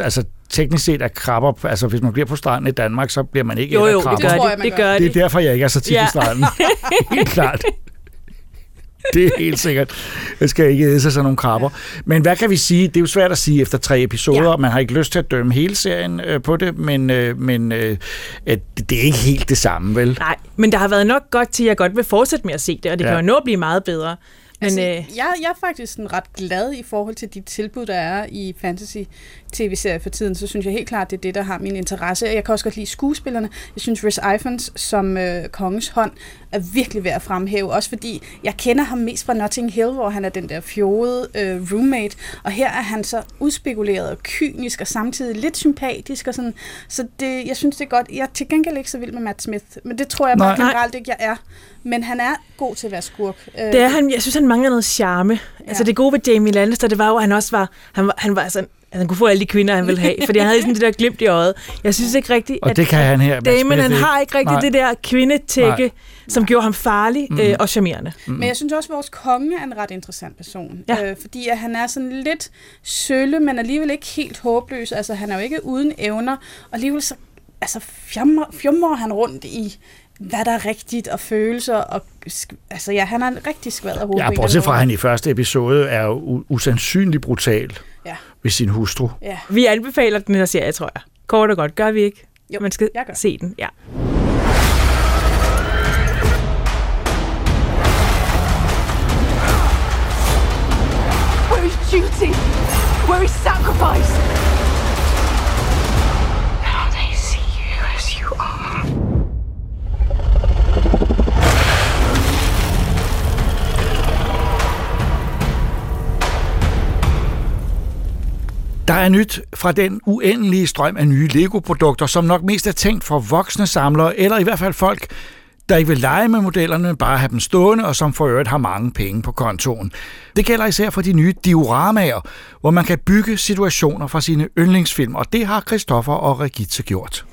teknisk set er krabber, altså hvis man bliver på stranden i Danmark, så bliver man ikke af krabber. Det gør det er derfor, jeg ikke er så tit i stranden. Helt klart. Det er helt sikkert. Jeg skal ikke æde sig sådan nogle krabber. Men hvad kan vi sige? Det er jo svært at sige efter 3 episoder. Man har ikke lyst til at dømme hele serien på det, men det er ikke helt det samme, vel? Nej, men der har været nok godt til, at jeg godt vil fortsætte med at se det, og det kan jo nå at blive meget bedre. Men, altså, jeg er faktisk sådan ret glad i forhold til de tilbud, der er i fantasy-tv-serier for tiden. Så synes jeg helt klart, det er det, der har min interesse. Jeg kan også godt lide skuespillerne. Jeg synes, Rhys Ifans som kongens hånd er virkelig værd at fremhæve. Også fordi jeg kender ham mest fra Notting Hill, hvor han er den der fjolede roommate. Og her er han så udspekuleret og kynisk og samtidig lidt sympatisk. Og sådan. Så jeg synes, det er godt. Jeg er til gengæld ikke så vild med Matt Smith. Men det tror jeg bare generelt ikke, jeg er. Men han er god til at være skurk. Det er han. Jeg synes, han mangler noget charme. Ja. Altså det gode ved Jamie Lannister, det var jo, at han også var... Han var sådan... Han kunne få alle de kvinder, han ville have, fordi han havde sådan det der glimt i øjet. Jeg synes ikke rigtigt, og det kan han her. Damon, han har ikke rigtigt det der kvindetække, som gjorde ham farlig og charmerende. Men jeg synes også, at vores konge er en ret interessant person. Ja. Fordi at han er sådan lidt sølle, men alligevel ikke helt håbløs. Altså han er jo ikke uden evner, og alligevel så fjummer han rundt i hvad der er rigtigt, og følelser, og altså ja, han er en rigtig skvader hoved. Ja, bortset fra, han i første episode er jo usandsynligt brutal ved sin hustru. Ja. Vi anbefaler den her serie, tror jeg. Kort og godt, gør vi ikke? Jo, man skal se den, ja. Where is duty? Where is sacrifice? Now they see you as you are. Der er nyt fra den uendelige strøm af nye Lego-produkter, som nok mest er tænkt for voksne samlere, eller i hvert fald folk, der ikke vil lege med modellerne, men bare have dem stående, og som for øvrigt har mange penge på kontoen. Det gælder især for de nye dioramaer, hvor man kan bygge situationer fra sine yndlingsfilm, og det har Christoffer og Regitze gjort.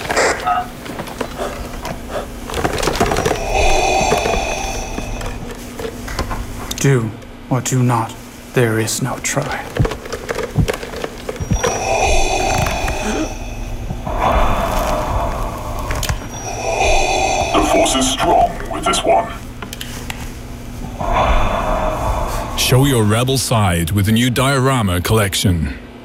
Do or do not. There is no try. The force is strong with this one. Show your rebel side with the new diorama collection.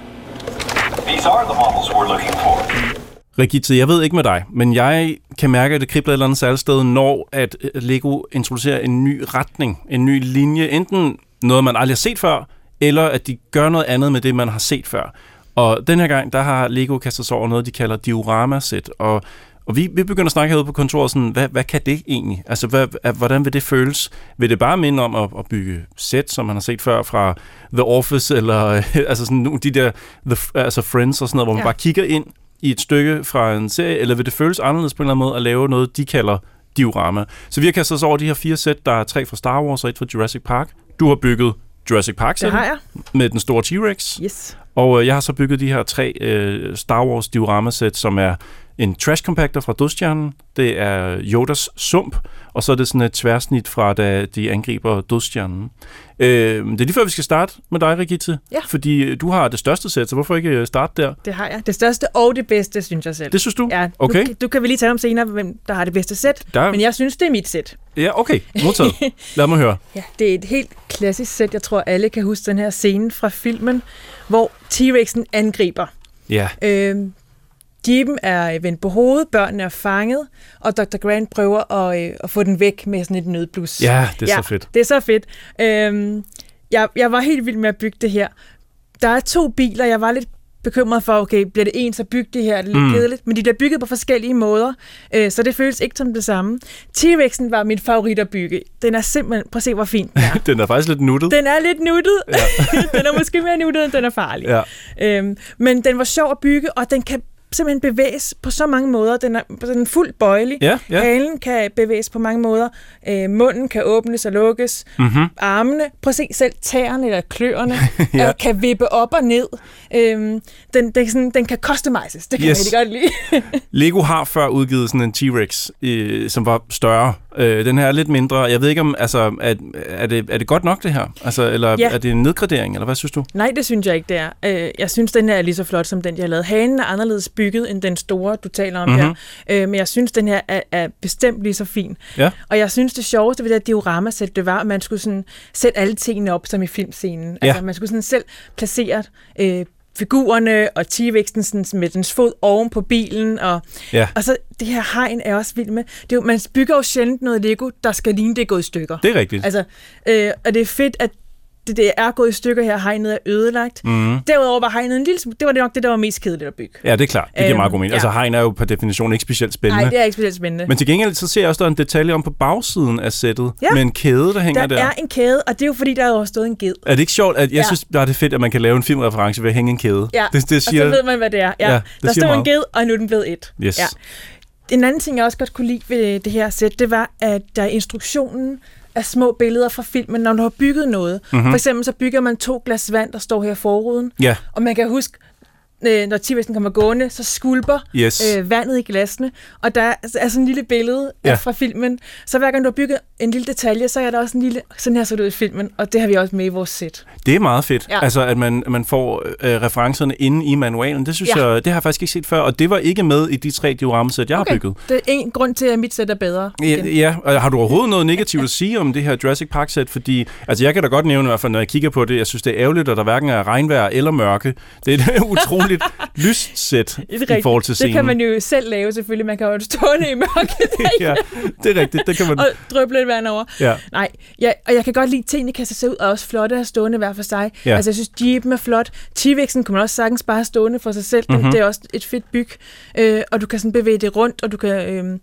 These are the models we're looking for. Regitze, jeg ved ikke med dig, men jeg kan mærke, at det kribler et eller andet særligt sted, når at Lego introducerer en ny retning, en ny linje, enten noget, man aldrig har set før, eller at de gør noget andet med det, man har set før. Og den her gang, der har Lego kastet sig over noget, de kalder diorama-sæt, og vi begynder at snakke herude på kontoret, sådan, hvad kan det egentlig? Altså, hvordan vil det føles? Vil det bare minde om at bygge sæt, som man har set før fra The Office, eller altså sådan de der altså Friends og sådan noget, hvor man bare kigger ind i et stykke fra en serie, eller vil det føles anderledes på en eller anden måde at lave noget, de kalder diorama? Så vi har kastet os over de her 4 sæt, der er 3 fra Star Wars og 1 fra Jurassic Park. Du har bygget Jurassic Park-sættet med den store T-Rex. Yes. Og jeg har så bygget de her 3 Star Wars diorama-sæt, som er en trash compactor fra Dødstjernen, det er Yodas sump, og så er det sådan et tværsnit fra, da de angriber Dødstjernen. Det er lige før, vi skal starte med dig, Regitze, fordi du har det største sæt, så hvorfor ikke starte der? Det har jeg. Det største og det bedste, synes jeg selv. Det synes du? Ja, okay. Du kan vi lige tale om senere, hvem der har det bedste sæt, men jeg synes, det er mit sæt. Ja, okay. Modtaget. Lad mig høre. Ja, det er et helt klassisk sæt. Jeg tror, alle kan huske den her scene fra filmen, hvor T-Rexen angriber. Ja. Jeepen er vendt på hovedet, børnene er fanget, og Dr. Grant prøver at få den væk med sådan et nødblus. Ja, det er så fedt. Det er så fedt. Jeg var helt vild med at bygge det her. Der er 2 biler, jeg var lidt bekymret for, okay, bliver det en, så bygge det her, det er lidt kedeligt, men de bliver bygget på forskellige måder, så det føles ikke som det samme. T-Rexen var min favorit at bygge. Den er simpelthen, prøv at se, hvor fin den er. Den er faktisk lidt nuttet. Den er lidt nuttet. Ja. Den er måske mere nuttet, end den er farlig. Ja. Men den var sjov at bygge, og den kan simpelthen bevæges på så mange måder. Den er fuldt bøjelig. Ja. Halen kan bevæges på mange måder. Munden kan åbnes og lukkes. Armene, prøv at se selv tæerne eller kløerne, kan vippe op og ned. Den kan customizes. Det kan jeg rigtig godt lide. Lego har før udgivet sådan en T-Rex, som var større. Den her er lidt mindre. Jeg ved ikke om, altså, er det godt nok det her? Altså, eller er det en nedgradering, eller hvad synes du? Nej, det synes jeg ikke, det er. Jeg synes, den her er lige så flot, som den, de har lavet. Hanen er anderledes bygget, end den store, du taler om her. Men jeg synes, den her er bestemt lige så fin. Ja. Og jeg synes, det sjoveste ved det dioramasæt, det var, at man skulle sådan sætte alle tingene op, som i filmscenen. Altså, man skulle sådan selv placere figurerne og T-Rexen med dens fod oven på bilen. Og så det her hegn er også vildt med. Man bygger jo sjældent noget Lego, der skal ligne, det er gået i stykker. Det er rigtigt. Altså, og det er fedt, at det er gået i stykker her, hegnet er ødelagt. Derudover var hegnet en lille smule, det var nok det, der var mest kedeligt at bygge. Ja, det er klart. Det giver meget god mening. Altså, hegn er jo per definition ikke specielt spændende. Nej, det er ikke specielt spændende. Men til gengæld, så ser jeg også, der er en detalje om på bagsiden af sættet, med en kæde, der hænger der. Der er en kæde, og det er jo fordi, der har stået en ged. Er det ikke sjovt? At jeg synes, der er det fedt, at man kan lave en filmreference ved at hænge en kæde. Ja, det siger, og så ved man, hvad det er. Ja, der stod en ged, og nu er den blevet et. Yes. Ja. En anden ting, jeg også godt kunne lide ved det her sæt, det var, at der i instruktionen af små billeder fra filmen, når du har bygget noget. For eksempel så bygger man 2 glas vand, der står her i forruden. Ja. Og man kan huske, når T-Rexen kommer gående, så skulper vandet i glasene. Og der er sådan en lille billede fra filmen. Så hver gang du har bygget en lille detalje, så er der også en lille, sådan her så det ud i filmen. Og det har vi også med i vores sæt. Det er meget fedt. Ja. Altså, at man får referencerne inde i manualen. Det synes jeg, det har jeg faktisk ikke set før. Og det var ikke med i de 3 dioramasæt, jeg har bygget. Det er en grund til, at mit sæt er bedre. Ja, og har du overhovedet noget negativt at sige om det her Jurassic Park-sæt? Fordi, altså, jeg kan da godt nævne i hvert fald, når jeg kigger på det, jeg synes, det er ærgerligt, at der hverken er regnvejr eller mørke. Det er utroligt lyst sæt i forhold til scenen. Det kan man jo selv lave, selvfølgelig. Man kan jo stående i mørket. Ja, det er rigtigt. Det kan man. Og drøbe lidt vand over. Ja. Nej, og jeg kan godt lide, at tingene kan se ud, og også flotte at stående hver for sig. Ja. Altså, jeg synes, Jeepen er flot. T-Rexen kan man også sagtens bare stående for sig selv. Det er også et fedt byg. Og du kan sådan bevæge det rundt, og du kan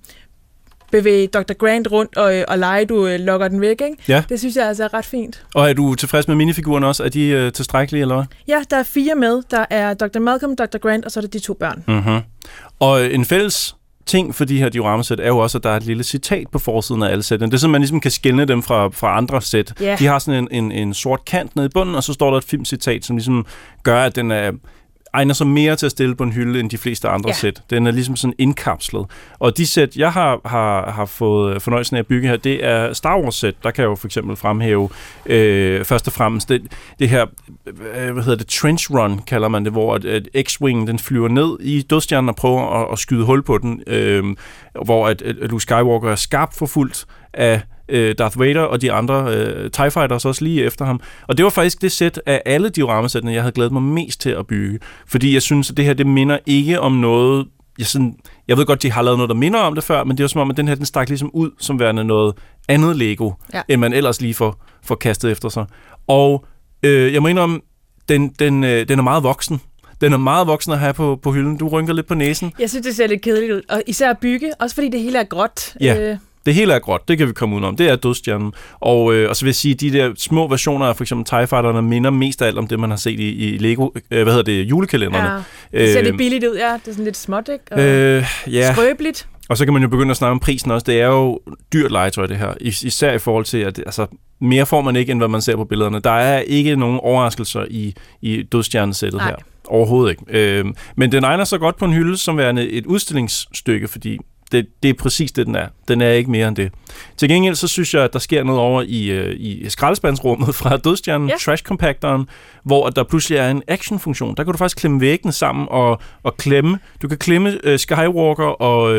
bevæge Dr. Grant rundt og lege, du lokker den væk, ikke? Ja. Det synes jeg altså er ret fint. Og er du tilfreds med minifigurerne også? Er de tilstrækkelige, eller hvad? Ja, der er 4 med. Der er Dr. Malcolm, Dr. Grant, og så er der de 2 børn. Og en fælles ting for de her dioramasæt er jo også, at der er et lille citat på forsiden af alle sættene. Det er sådan, man ligesom kan skelne dem fra andre sæt. Yeah. De har sådan en sort kant nede i bunden, og så står der et filmcitat, som ligesom gør, at den egner sig mere til at stille på en hylde end de fleste andre sæt. Den er ligesom sådan indkapslet. Og de sæt, jeg har fået fornøjelsen af at bygge her, det er Star Wars-sæt. Der kan jeg jo for eksempel fremhæve først og fremmest det her, hvad hedder det, trench run, kalder man det, hvor at X-Wing, den flyver ned i dødstjernen og prøver at skyde hul på den, hvor at Luke Skywalker er skarpt forfulgt af Darth Vader og de andre TIE Fighters også lige efter ham. Og det var faktisk det sæt af alle dioramasættene, jeg havde glædet mig mest til at bygge. Fordi jeg synes, at det her, det minder ikke om noget. Jeg ved godt, de har lavet noget, der minder om det før, men det er jo som om, at den her, den stak ligesom ud som værende noget andet Lego, end man ellers lige får kastet efter sig. Og jeg må indrømme, den er meget voksen. Den er meget voksen at have på hylden. Du rynker lidt på næsen. Jeg synes, det ser lidt kedeligt ud. Og især at bygge, også fordi det hele er gråt. Ja. Det hele er gråt, det kan vi komme udenom. Det er dødstjernen. Og så vil jeg sige, at de der små versioner af for eksempel TIE Fighterne minder mest af alt om det, man har set i Lego, julekalenderne. Ja, det ser lidt billigt ud, ja. Det er sådan lidt småt, ikke? Og skrøbeligt. Og så kan man jo begynde at snakke om prisen også. Det er jo dyrt legetøj, det her. Især i forhold til, at mere får man ikke, end hvad man ser på billederne. Der er ikke nogen overraskelser i dødstjernesættet her. Overhovedet ikke. Men den egner sig godt på en hylde som værende et udstillingsstykke, fordi det er præcis det, den er. Den er ikke mere end det. Til gengæld så synes jeg, at der sker noget over i skraldespandsrummet fra dødstjernen, trash compactoren, hvor der pludselig er en action-funktion. Der kan du faktisk klemme væggene sammen og klemme. Du kan klemme Skywalker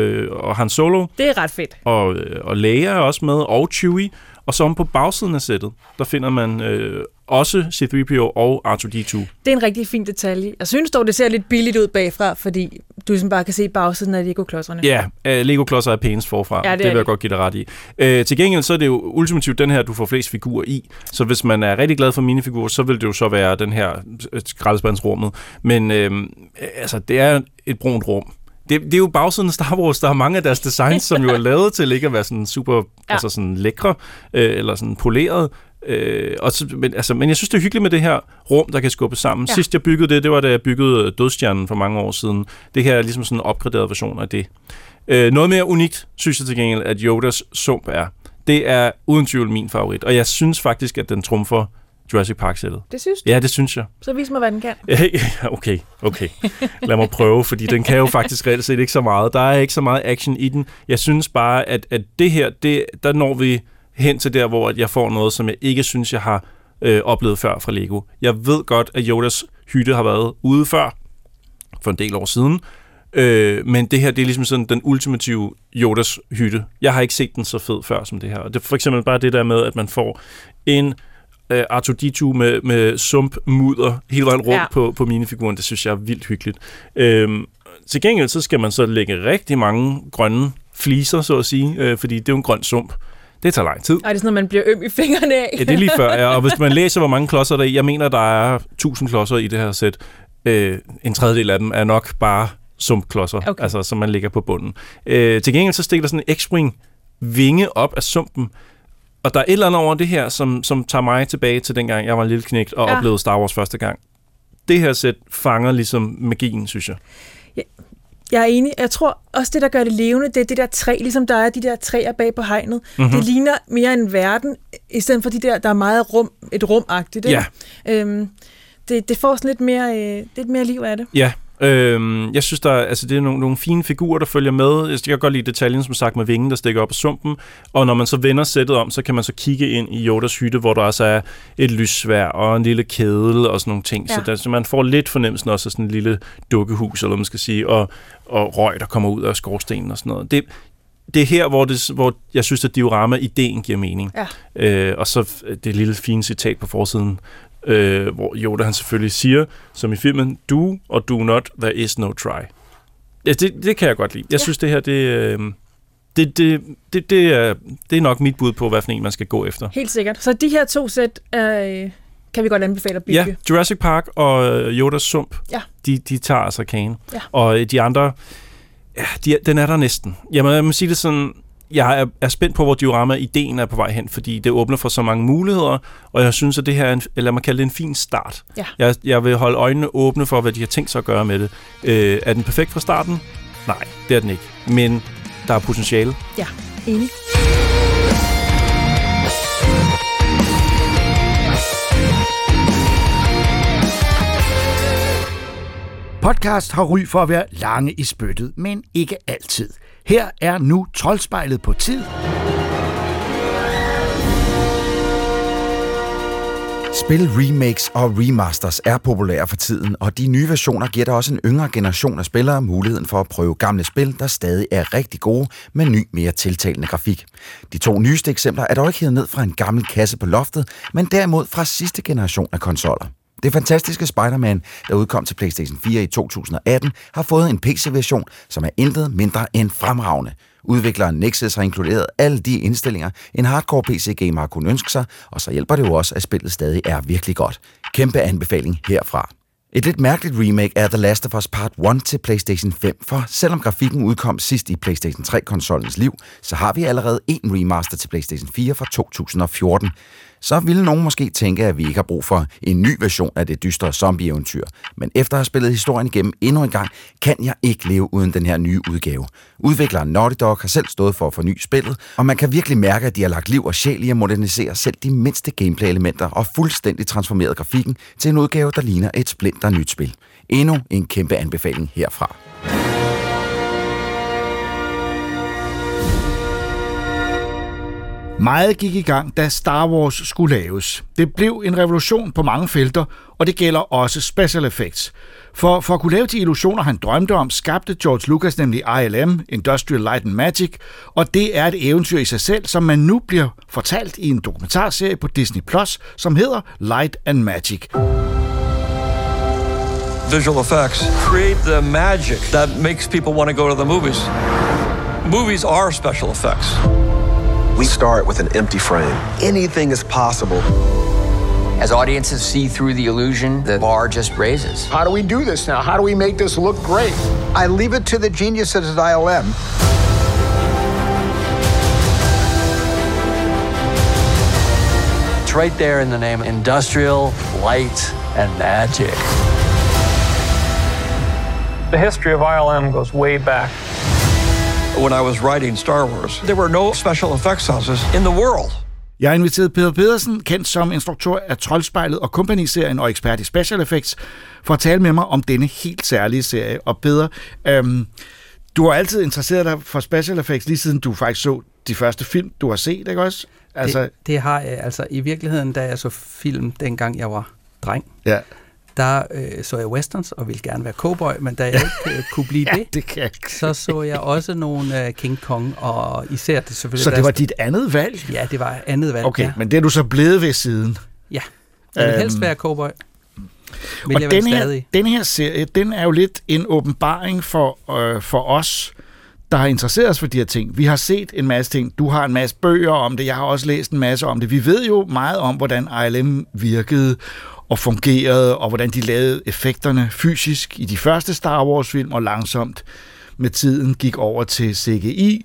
og Han Solo. Det er ret fedt. Og Leia er også med, og Chewie. Og så om på bagsiden af sættet, der finder man også C-3PO og R2-D2. Det er en rigtig fin detalje. Jeg synes dog, det ser lidt billigt ud bagfra, fordi du ligesom bare kan se bagsiden af Lego-klodserne. Ja, Lego-klodser er pænest forfra. Ja, det vil jeg godt give dig ret i. Til gengæld så er det jo ultimativt den her, du får flest figurer i. Så hvis man er rigtig glad for minifigurer, så vil det jo så være den her skraldespandsrummet. Men det er et brunt rum. Det er jo bagsiden af Star Wars. Der er mange af deres designs, som jo er lavet til ikke at være sådan super altså sådan lækre eller sådan poleret. Men jeg synes, det er hyggeligt med det her rum, der kan skubbes sammen. Ja. Sidst jeg byggede det var da jeg byggede Dødstjernen for mange år siden. Det her er ligesom sådan en opgraderet version af det. Noget mere unikt, synes jeg til gengæld, at Yodas sump er. Det er uden tvivl min favorit, og jeg synes faktisk, at den trumfer Jurassic Park-sættet. Det synes du? Ja, det synes jeg. Så vis mig, hvad den kan. Okay. Lad mig prøve, fordi den kan jo faktisk reelt set ikke så meget. Der er ikke så meget action i den. Jeg synes bare, at det her, der når vi hen til der, hvor jeg får noget, som jeg ikke synes, jeg har oplevet før fra Lego. Jeg ved godt, at Yodas hytte har været ude før, for en del år siden, men det her, det er ligesom sådan den ultimative Yodas hytte. Jeg har ikke set den så fed før som det her. Og det er for eksempel bare det der med, at man får en R2-D2 med sump-mudder hele vejen rundt på minifiguren. Det synes jeg er vildt hyggeligt. Til gengæld så skal man så lægge rigtig mange grønne fliser, så at sige, fordi det er jo en grøn sump. Det tager lang tid. Og det er sådan, at man bliver øm i fingrene af. Ja, det er lige før, ja. Og hvis man læser, hvor mange klodser der er i, jeg mener, der er 1000 klodser i det her sæt. En tredjedel af dem er nok bare sumpklodser, altså, som man lægger på bunden. Til gengæld så stikker der sådan en X-Wing vinge op af sumpen, og der er et eller andet over det her, som tager mig tilbage til dengang, jeg var en lille knægt og oplevede Star Wars første gang. Det her sæt fanger ligesom magien, synes jeg. Ja. Jeg er enig. Jeg tror også, det, der gør det levende, det er det der træ, ligesom der er de der træer bag på hegnet. Mm-hmm. Det ligner mere en verden, i stedet for de der er meget rum-agtigt. Ja. Det får sådan lidt mere liv af det. Ja. Jeg synes, det er nogle fine figurer, der følger med. Jeg kan godt lide detaljen, som sagt, med vingen, der stikker op af sumpen. Og når man så vender sættet om, så kan man så kigge ind i Yodas hytte, hvor der også er et lyssværd og en lille kedel og sådan nogle ting. Ja. Så man får lidt fornemmelsen også af sådan et lille dukkehus, eller hvad man skal sige, og røg, der kommer ud af skorstenen og sådan noget. Det er her, hvor jeg synes, at diorama-ideen giver mening. Ja. Og så det lille fine citat på forsiden, hvor Yoda han selvfølgelig siger, som i filmen, do or do not, there is no try. Ja, det kan jeg godt lide. Jeg synes, det her, det er nok mit bud på, hvad for en man skal gå efter. Helt sikkert. Så de her 2 sæt kan vi godt anbefale at bygge. Ja, Jurassic Park og Yodas sump, de tager altså kagen. Ja. Og de andre, den er der næsten. Jeg må sige det sådan, jeg er spændt på, hvor diorama-ideen er på vej hen, fordi det åbner for så mange muligheder, og jeg synes, at det her er lad mig kalde det en fin start. Ja. Jeg vil holde øjnene åbne for, hvad de har tænkt sig at gøre med det. Er den perfekt fra starten? Nej, det er den ikke. Men der er potentiale. Ja, enig. Podcast har ry for at være lange i spyttet, men ikke altid. Her er nu Troldspejlet på tid. Spil remakes og remasters er populære for tiden, og de nye versioner giver der også en yngre generation af spillere muligheden for at prøve gamle spil, der stadig er rigtig gode, med ny, mere tiltalende grafik. De 2 nyeste eksempler er dog ikke hævet ned fra en gammel kasse på loftet, men derimod fra sidste generation af konsoller. Det fantastiske Spider-Man, der udkom til PlayStation 4 i 2018, har fået en PC-version, som er intet mindre end fremragende. Udvikleren Nexus har inkluderet alle de indstillinger, en hardcore PC-gamer har kunnet ønske sig, og så hjælper det jo også, at spillet stadig er virkelig godt. Kæmpe anbefaling herfra. Et lidt mærkeligt remake er The Last of Us Part 1 til PlayStation 5, for selvom grafikken udkom sidst i PlayStation 3-konsollens liv, så har vi allerede en remaster til PlayStation 4 fra 2014. Så ville nogen måske tænke, at vi ikke har brug for en ny version af det dystre zombie-eventyr. Men efter at have spillet historien igennem endnu en gang, kan jeg ikke leve uden den her nye udgave. Udvikleren Naughty Dog har selv stået for at forny spillet, og man kan virkelig mærke, at de har lagt liv og sjæl i at modernisere selv de mindste gameplay-elementer og fuldstændig transformeret grafikken til en udgave, der ligner et splinter nyt spil. Endnu en kæmpe anbefaling herfra. Meget gik i gang, da Star Wars skulle laves. Det blev en revolution på mange felter, og det gælder også special effects. For at kunne lave de illusioner, han drømte om, skabte George Lucas nemlig ILM, Industrial Light and Magic, og det er et eventyr i sig selv, som man nu bliver fortalt i en dokumentarserie på Disney+, som hedder Light and Magic. Visual effects create the magic that makes people want to go to the movies. Movies are special effects. We start with an empty frame. Anything is possible. As audiences see through the illusion, the bar just raises. How do we do this now? How do we make this look great? I leave it to the geniuses at ILM. It's right there in the name, Industrial Light and Magic. The history of ILM goes way back. When I was writing Star Wars, there were no special effects houses in the world. Jeg har inviteret Peter Pedersen, kendt som instruktør af Troldspejlet og Company-serien og ekspert i special effects, for at tale med mig om denne helt særlige serie. Og Peter, du har altid interesseret dig for special effects, lige siden du faktisk så de første film, du har set, ikke også? Altså... Det har jeg. Altså, i virkeligheden, da jeg så film, dengang jeg var dreng, der så jeg westerns og ville gerne være cowboy, men da jeg ikke kunne blive så jeg også nogle King Kong, og især det selvfølgelig... Så det var dit andet valg? Ja, det var andet valg, Okay, men det er du så blevet ved siden? Ja, jeg vil helst være cowboy. Og den her serie, den er jo lidt en åbenbaring for os, der har interesseret os for de her ting. Vi har set en masse ting. Du har en masse bøger om det. Jeg har også læst en masse om det. Vi ved jo meget om, hvordan ILM virkede og fungerede, og hvordan de lavede effekterne fysisk i de første Star Wars-film, og langsomt med tiden gik over til CGI.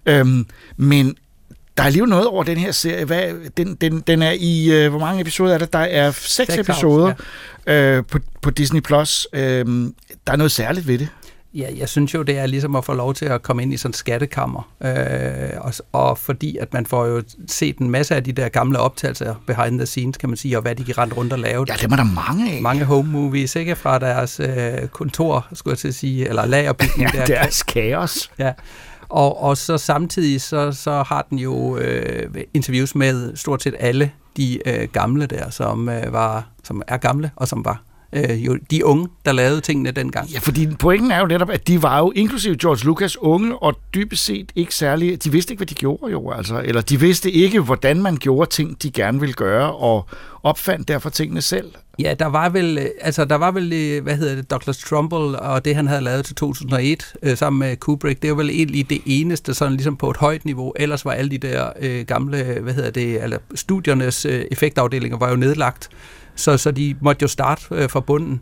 Men der er alligevel noget over den her serie. Den er i... hvor mange episoder er der? Der er 6 episoder på Disney+. Der er noget særligt ved det. Ja, jeg synes jo, det er ligesom at få lov til at komme ind i sådan et skattekammer. Og fordi at man får jo set en masse af de der gamle optagelser behind the scenes, kan man sige, og hvad de kan rende rundt og lave. Ja, det var der mange af. Mange home movies, ikke? Fra deres kontor, skulle jeg til at sige, eller lagerbygning. Ja, deres kaos. Ja. Og så samtidig så har den jo interviews med stort set alle de gamle der, som er gamle, og som var jo de unge, der lavede tingene dengang. Ja, fordi pointen er jo netop, at de var jo, inklusive George Lucas, unge, og dybest set ikke særlig... De vidste ikke, hvad de gjorde jo, altså. Eller de vidste ikke, hvordan man gjorde ting, de gerne ville gøre, og opfandt derfor tingene selv. Ja, der var vel, hvad hedder det, Douglas Trumbull, og det, han havde lavet til 2001, sammen med Kubrick, det var vel egentlig det eneste, sådan ligesom på et højt niveau. Ellers var alle de der gamle, eller studiernes effektafdelinger var jo nedlagt. Så de måtte jo starte fra bunden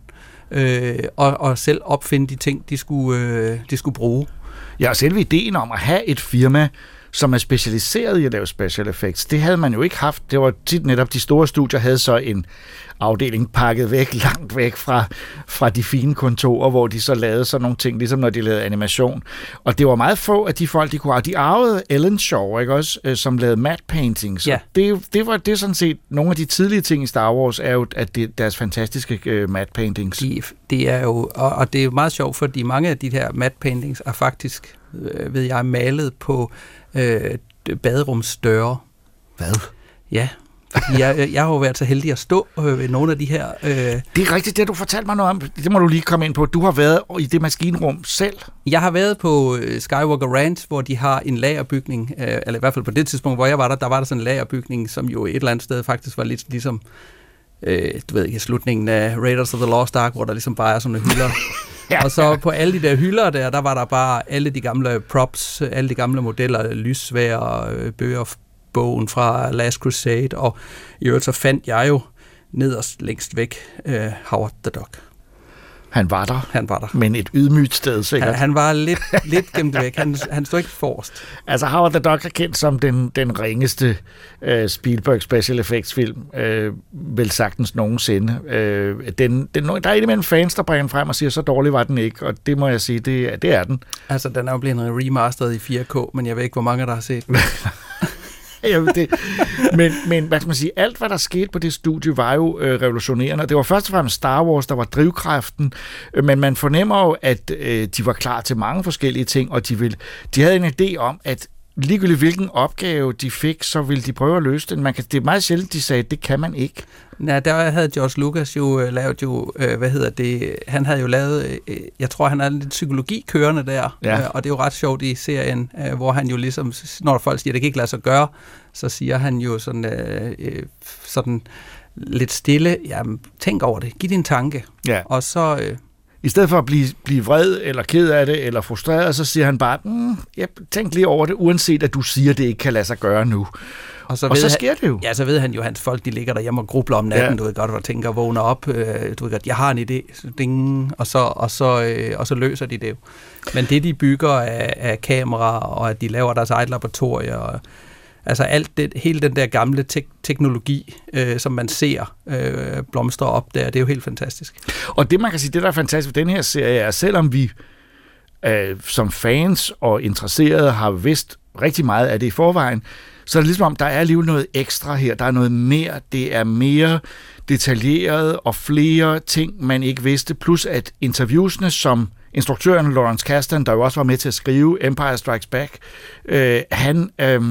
og selv opfinde de ting, de skulle bruge. Ja, og selve ideen om at have et firma, som er specialiseret i at lave special effects, det havde man jo ikke haft. Det var tit netop de store studier havde så en afdeling pakket væk, langt væk fra de fine kontorer, hvor de så lavede sådan nogle ting, ligesom når de lavede animation. Og det var meget få af de folk, de arvede Ellen Shaw, ikke også, som lavede matte paintings. Ja. Det var sådan set nogle af de tidlige ting i Star Wars, er jo at deres fantastiske matte paintings. Det er jo, og det er jo meget sjovt, fordi mange af de her matte paintings er faktisk, ved jeg, malet på baderumsdøre. Hvad? Ja. Jeg har jo været så heldig at stå ved nogle af de her... Det er rigtigt, det du fortalte mig noget om. Det må du lige komme ind på. Du har været i det maskinrum selv. Jeg har været på Skywalker Ranch, hvor de har en lagerbygning, eller i hvert fald på det tidspunkt, hvor jeg var der var der sådan en lagerbygning, som jo et eller andet sted faktisk var lidt ligesom, du ved ikke, slutningen af Raiders of the Lost Ark, hvor der ligesom bare er sådan nogle hylder. Og så på alle de der hylder der var der bare alle de gamle props, alle de gamle modeller, lyssvær, bøger, bogen fra Last Crusade, og i øvrigt så fandt jeg jo nederst længst væk Howard the Duck. Han var der. Men et ydmygt sted, sikkert. Han var lidt gemt væk. Han stod ikke forrest. Altså, Howard the Duck er kendt som den ringeste Spielberg special effects film, vel sagtens nogensinde. Der er indimellem fans, der bringer frem og siger, så dårlig var den ikke, og det må jeg sige, det er den. Altså, den er jo blevet remasteret i 4K, men jeg ved ikke, hvor mange der har set den. Men hvad skal man sige, alt hvad der skete på det studie var jo revolutionerende. Det var først og fremmest Star Wars, der var drivkraften, men man fornemmer jo, at de var klar til mange forskellige ting, og de havde en idé om, at ligegyldigt hvilken opgave de fik, så ville de prøve at løse den. Det er meget sjældent, de sagde, det kan man ikke. Ja, der havde George Lucas jo lavet han havde jo lavet, jeg tror, han havde lidt psykologi kørende der, og det er jo ret sjovt i serien, hvor han jo ligesom, når folk siger, det kan ikke lade sig gøre, så siger han jo sådan lidt stille, jamen, tænk over det, giv din tanke. Ja. Og så... I stedet for at blive vred, eller ked af det, eller frustreret, så siger han bare, tænk lige over det, uanset at du siger, det ikke kan lade sig gøre nu. Og så sker det jo. Ja, så ved han jo, at hans folk, de ligger derhjemme og grubler om natten, du ved godt, og tænker, vågner op, du ved godt, jeg har en idé, ding, og så løser de det jo. Men det, de bygger af kameraer, og at de laver deres eget laboratorier, og altså hele den der gamle teknologi, som man ser blomstre op der, det er jo helt fantastisk. Og det, man kan sige, det der er fantastisk ved den her serie, er, selvom vi som fans og interesserede har vidst rigtig meget af det i forvejen, så er det ligesom om, der er alligevel noget ekstra her. Der er noget mere. Det er mere detaljeret og flere ting, man ikke vidste. Plus at interviewsene, som instruktøren Lawrence Kasdan, der jo også var med til at skrive Empire Strikes Back, han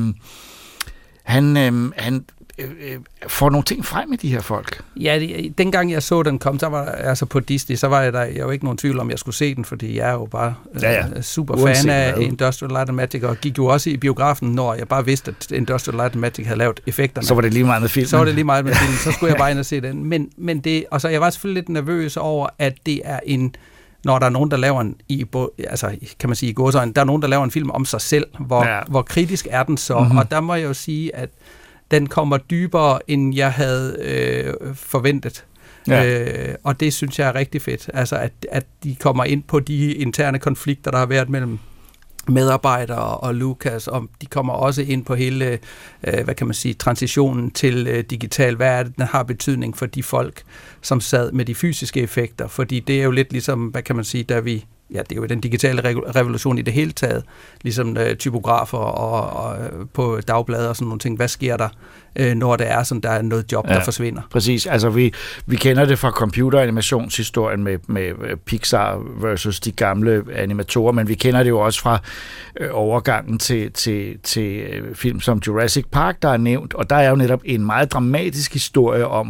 får nogle ting frem i de her folk. Ja, dengang jeg så den kom, så var altså på Disney, så var jeg jo ikke nogen tvivl om, jeg skulle se den, fordi jeg er jo bare super fan af Industrial Light and Magic, og gik jo også i biografen, når jeg bare vidste, at Industrial Light and Magic havde lavet effekterne. Så var det lige meget med filmen. Så skulle jeg bare ind og se den. Men det, og så jeg var selvfølgelig lidt nervøs over, at det er når der er nogen, der laver kan man sige i gåseøjne, der er nogen, der laver en film om sig selv, hvor kritisk er den så, og der må jeg jo sige, at den kommer dybere, end jeg havde forventet. Ja. Og det synes jeg er rigtig fedt. Altså, at de kommer ind på de interne konflikter, der har været mellem medarbejdere og Lucas, og de kommer også ind på hele, hvad kan man sige, transitionen til digital. Hvad er det, den har betydning for de folk, som sad med de fysiske effekter? Fordi det er jo lidt ligesom, hvad kan man sige, det er jo den digitale revolution i det hele taget, ligesom typografer og på dagblade og sådan nogle ting. Hvad sker der, når det er sådan, der er noget job, der forsvinder? Præcis. Altså, vi kender det fra computeranimationshistorien med Pixar versus de gamle animatorer, men vi kender det jo også fra overgangen til film som Jurassic Park, der er nævnt, og der er jo netop en meget dramatisk historie om,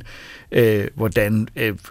hvordan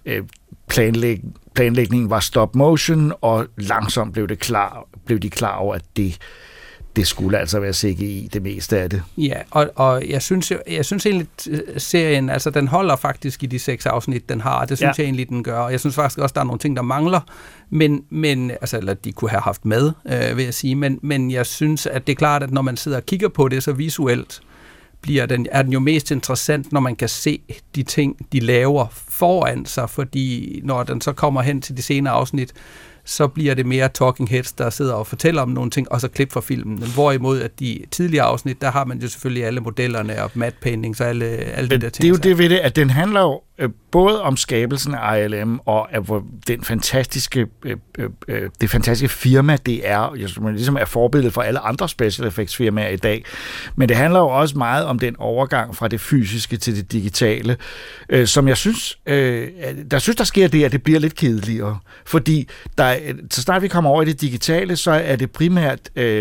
planlægningen var stop motion, og langsomt blev de klar over, at det skulle altså være CGI, det meste af det. Ja, og jeg synes egentlig, serien, altså den holder faktisk i de 6 afsnit, den har, det synes jeg egentlig, den gør, og jeg synes faktisk også, der er nogle ting, der mangler, men altså, eller de kunne have haft med, vil jeg sige, men jeg synes, at det er klart, at når man sidder og kigger på det så visuelt, er den jo mest interessant, når man kan se de ting, de laver foran sig, fordi når den så kommer hen til de senere afsnit, så bliver det mere talking heads, der sidder og fortæller om nogle ting, og så klip fra filmen. Hvorimod at de tidligere afsnit, der har man jo selvfølgelig alle modellerne og matte paintings og alle de der ting. Det er jo det ved det, at den handler jo både om skabelsen af ILM og af det fantastiske firma, det er, ligesom er forbilledet for alle andre special effects firmaer i dag. Men det handler jo også meget om den overgang fra det fysiske til det digitale, som jeg synes, der sker det, at det bliver lidt kedeligere. Fordi så snart vi kommer over i det digitale, så er det primært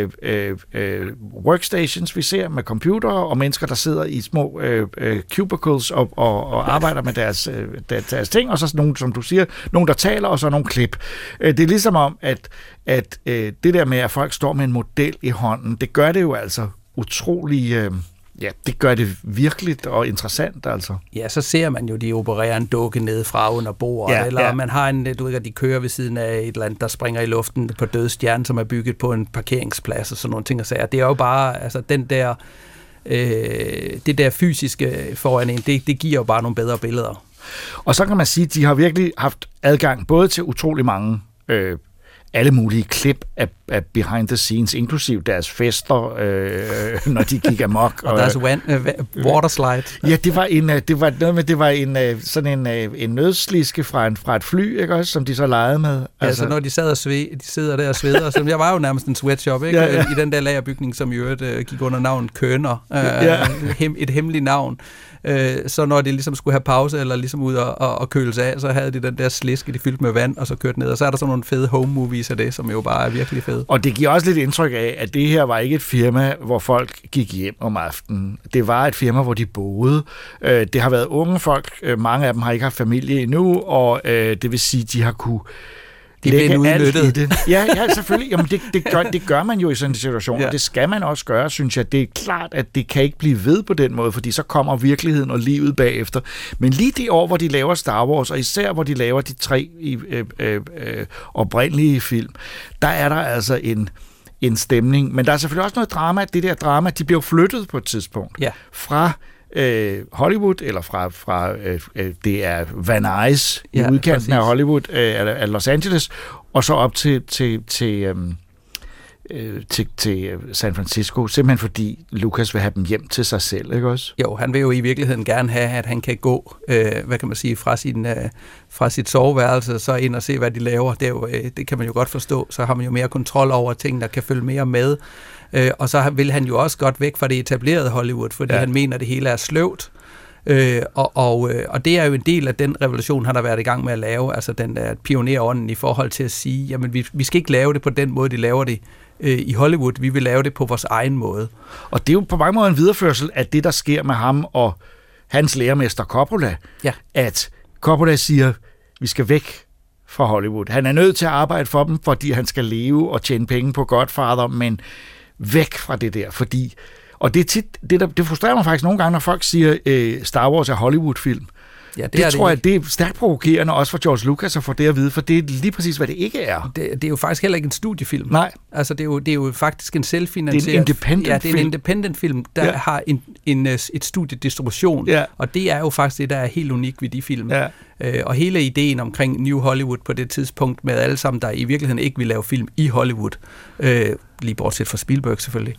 workstations, vi ser med computere og mennesker, der sidder i små cubicles og arbejder med deres ting, og så nogen, som du siger, nogen, der taler, og så nogle klip. Det er ligesom om, at det der med, at folk står med en model i hånden, det gør det jo altså utrolig... det gør det virkeligt og interessant, altså. Ja, så ser man jo, de opererer en dukke nede fra under bordet, eller man har de kører ved siden af et eller andet, der springer i luften på døde stjerne, som er bygget på en parkeringsplads og sådan nogle ting og sager. Det er jo bare, altså den der, det der fysiske foran en, det giver jo bare nogle bedre billeder. Og så kan man sige, at de har virkelig haft adgang både til utrolig mange alle mulige klip af behind the scenes, inklusiv deres fester, når de gik amok. Og deres waterslide. Ja, det var en nødsliske fra et fly, ikke også, som de så legede med. Altså når de sidder der og sveder. Så jeg var jo nærmest en sweatshop, ikke? Ja. I den der lagerbygning, som i øvrigt gik under navnet Køner. Et hemmeligt navn. Så når de ligesom skulle have pause, eller ligesom ud og køle sig af, så havde de den der sliske, de fyldte med vand, og så kørte ned. Og så er der sådan nogle fede home movies af det, som jo bare er virkelig fede. Og det giver også lidt indtryk af, at det her var ikke et firma, hvor folk gik hjem om aftenen. Det var et firma, hvor de boede. Det har været unge folk. Mange af dem har ikke haft familie endnu, og det vil sige, de har kunne lægge alt i det. Ja, selvfølgelig. Jamen, det gør man jo i sådan en situation, og det skal man også gøre, synes jeg. Det er klart, at det kan ikke blive ved på den måde, fordi så kommer virkeligheden og livet bagefter. Men lige det år, hvor de laver Star Wars, og især hvor de laver de 3 oprindelige film, der er der altså en stemning. Men der er selvfølgelig også noget drama. Det der drama, de blev flyttet på et tidspunkt fra Hollywood, eller fra det er Van Nuys i udkanten af Hollywood, af Los Angeles, og så op til til San Francisco, simpelthen fordi Lucas vil have dem hjem til sig selv, ikke også? Jo, han vil jo i virkeligheden gerne have, at han kan gå, hvad kan man sige, fra sit soveværelse, så ind og se, hvad de laver. Det kan man jo godt forstå. Så har man jo mere kontrol over ting, der kan følge mere med. Og så vil han jo også godt væk fra det etablerede Hollywood, fordi han mener, at det hele er sløvt. Og det er jo en del af den revolution, han har været i gang med at lave, altså den der pionerånden i forhold til at sige, jamen vi skal ikke lave det på den måde, de laver det i Hollywood, vi vil lave det på vores egen måde. Og det er jo på mange måder en videreførsel af det, der sker med ham og hans lærermester Coppola, at Coppola siger, vi skal væk fra Hollywood. Han er nødt til at arbejde for dem, fordi han skal leve og tjene penge på Godfather, men væk fra det der, fordi... Og det er tit, det frustrerer mig faktisk nogle gange, når folk siger, Star Wars er Hollywood-film. Ja, det tror jeg, det er stærkt provokerende, også for George Lucas at få det at vide, for det er lige præcis, hvad det ikke er. Det er jo faktisk heller ikke en studiefilm. Nej. Altså, det er jo faktisk en selvfinansieret... Det er en independent film. Ja, det er en independent film, der har et studiedistribution, og det er jo faktisk det, der er helt unikt ved de film. Ja. Og hele ideen omkring New Hollywood på det tidspunkt, med alle sammen, der i virkeligheden ikke vil lave film i Hollywood, lige bortset fra Spielberg selvfølgelig,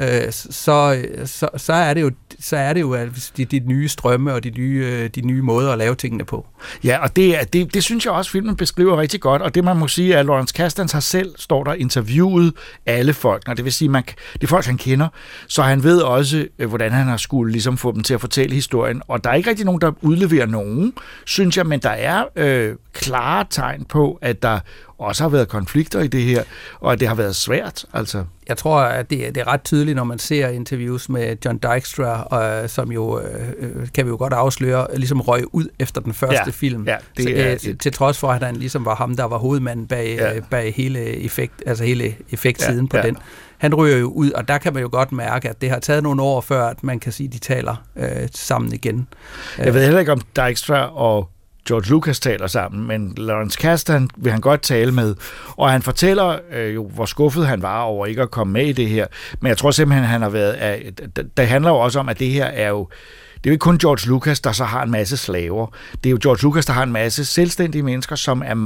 så er det jo de nye strømme og de nye måder at lave tingene på. Ja, og det synes jeg også, filmen beskriver rigtig godt, og det man må sige, at Lawrence Kasdan har selv, står der, interviewet alle folk, og det vil sige, det er folk, han kender, så han ved også, hvordan han har skulle ligesom få dem til at fortælle historien, og der er ikke rigtig nogen, der udleverer nogen, synes jeg, men der er klare tegn på, at der også har været konflikter i det her, og at det har været svært. Altså. Jeg tror, at det er ret tydeligt, når man ser interviews med John Dykstra, som jo, kan vi jo godt afsløre, ligesom røg ud efter den første film. Ja, til trods for, at han ligesom var ham, der var hovedmanden bag hele effektsiden på den. Han ryger jo ud, og der kan man jo godt mærke, at det har taget nogle år før, at man kan sige, at de taler sammen igen. Jeg ved heller ikke, om Dykstra og George Lucas taler sammen, men Lawrence Kasdan vil han godt tale med, og han fortæller jo, hvor skuffet han var over ikke at komme med i det her, men jeg tror simpelthen, han har været... Det handler jo også om, at det her er jo... Det er jo ikke kun George Lucas, der så har en masse slaver. Det er jo George Lucas, der har en masse selvstændige mennesker, som er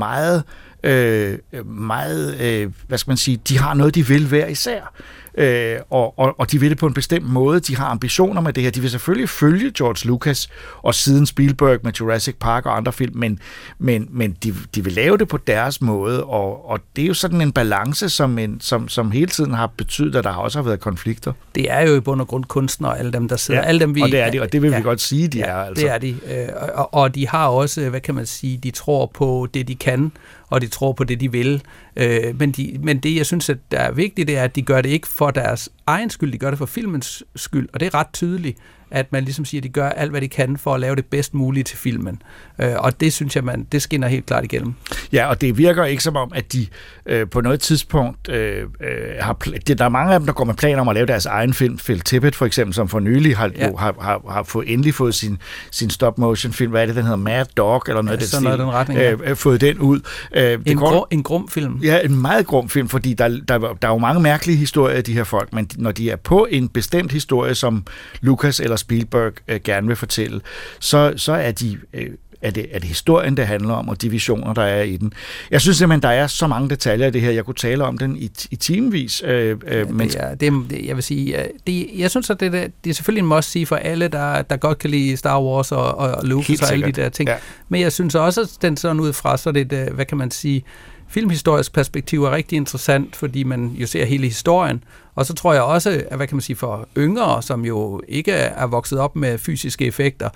meget hvad skal man sige, de har noget, de vil hver især. Og de vil det på en bestemt måde. De har ambitioner med det her. De vil selvfølgelig følge George Lucas og siden Spielberg med Jurassic Park og andre film, men de vil lave det på deres måde, og det er jo sådan en balance, som hele tiden har betydet, at der også har været konflikter. Det er jo i bund og grund kunstnere, alle dem, der sidder. Alle dem, og det er de, og det vil vi godt sige, de er. Altså. Det er de. Og de har også, hvad kan man sige, de tror på det, de kan, og de tror på det, de vil. Men det, jeg synes, at der er vigtigt, det er, at de gør det ikke for deres egen skyld, de gør det for filmens skyld, og det er ret tydeligt, at man ligesom siger, at de gør alt, hvad de kan for at lave det bedst mulige til filmen. Og det synes jeg, det skinner helt klart igennem. Ja, og det virker ikke som om, at de på noget tidspunkt har... Der er mange af dem, der går med planer om at lave deres egen film. Phil Tippett for eksempel, som for nylig har endelig fået sin stop-motion-film. Hvad er det, den hedder? Mad Dog? Eller noget af den retning. Fået den ud. En grum film. Ja, en meget grum film, fordi der er jo mange mærkelige historier af de her folk, men når de er på en bestemt historie, som Lucas eller Spielberg gerne vil fortælle, så er det historien, det handler om, og de visioner, der er i den. Jeg synes simpelthen, der er så mange detaljer i det her. Jeg kunne tale om den i timevis. Jeg vil sige, jeg synes, at det er selvfølgelig en must sige for alle, der godt kan lide Star Wars og Lucas og alle de der ting. Ja. Men jeg synes også, at den sådan ud fra, så det hvad kan man sige, filmhistorisk perspektiv er rigtig interessant, fordi man jo ser hele historien. Og så tror jeg også, at hvad kan man sige, for yngre, som jo ikke er vokset op med fysiske effekter,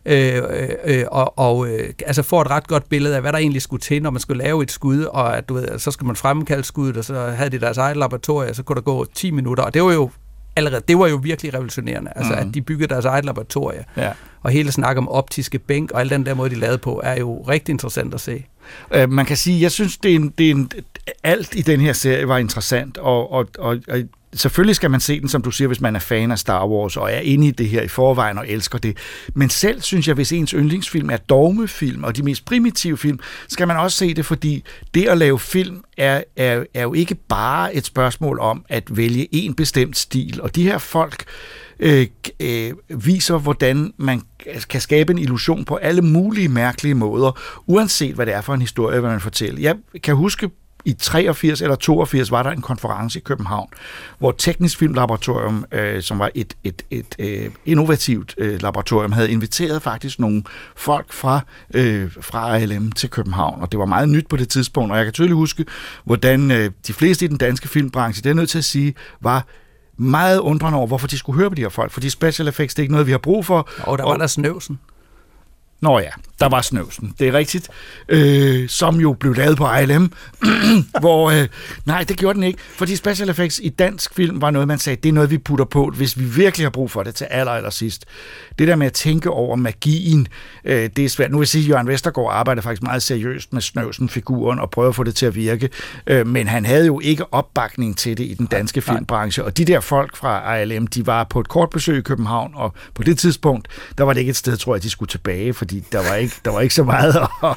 altså får et ret godt billede af, hvad der egentlig skulle til, når man skulle lave et skud, og at, så skal man fremkalde skuddet, og så havde de deres eget laboratorium, og så kunne der gå 10 minutter, og det var jo virkelig revolutionerende, altså at de byggede deres eget laboratorium. Ja. Og hele snak om optiske bænk, og al den der måde, de lavede på, er jo rigtig interessant at se. Man kan sige, jeg synes, alt i den her serie var interessant, og selvfølgelig skal man se den, som du siger, hvis man er fan af Star Wars og er inde i det her i forvejen og elsker det. Men selv synes jeg, hvis ens yndlingsfilm er dogmefilm og de mest primitive film, skal man også se det, fordi det at lave film er jo ikke bare et spørgsmål om at vælge en bestemt stil. Og de her folk viser, hvordan man kan skabe en illusion på alle mulige mærkelige måder, uanset hvad det er for en historie, hvad man fortæller. Jeg kan huske i 83 eller 82 var der en konference i København, hvor Teknisk Filmlaboratorium, som var et innovativt laboratorium, havde inviteret faktisk nogle folk fra ALM til København, og det var meget nyt på det tidspunkt, og jeg kan tydeligt huske, hvordan de fleste i den danske filmbranche, det er nødt til at sige, var meget undrende over, hvorfor de skulle høre på de her folk, fordi special effects, det er ikke noget, vi har brug for. Og der var der Snøvsen. Nå ja, der var Snøvsen, det er rigtigt, som jo blev lavet på ILM, hvor, nej, det gjorde den ikke, fordi special effects i dansk film var noget, man sagde, det er noget, vi putter på, hvis vi virkelig har brug for det til aller sidst. Det der med at tænke over magien, det er svært. Nu vil jeg sige, at Jørgen Vestergaard arbejder faktisk meget seriøst med Snøvsen-figuren og prøver at få det til at virke, men han havde jo ikke opbakning til det i den danske filmbranche, og de der folk fra ILM, de var på et kort besøg i København, og på det tidspunkt, der var det ikke et sted, tror jeg, de skulle tilbage, fordi der var ikke så meget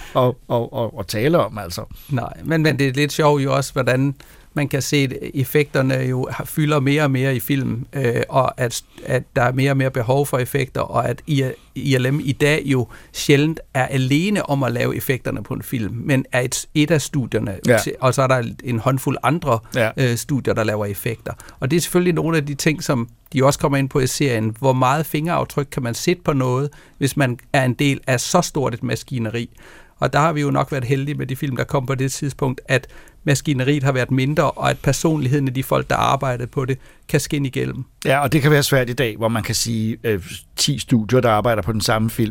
at tale om, altså. Nej, men det er lidt sjovt jo også, hvordan man kan se, at effekterne jo fylder mere og mere i film, og at der er mere og mere behov for effekter, og at ILM i dag jo sjældent er alene om at lave effekterne på en film, men er et af studierne, og så er der en håndfuld andre studier, der laver effekter. Og det er selvfølgelig nogle af de ting, som de også kommer ind på i serien. Hvor meget fingeraftryk kan man sætte på noget, hvis man er en del af så stort et maskineri? Og der har vi jo nok været heldige med de film, der kom på det tidspunkt, at maskineriet har været mindre, og at personligheden af de folk, der arbejdede på det, kan skinne igennem. Ja, og det kan være svært i dag, hvor man kan sige 10 studier, der arbejder på den samme film.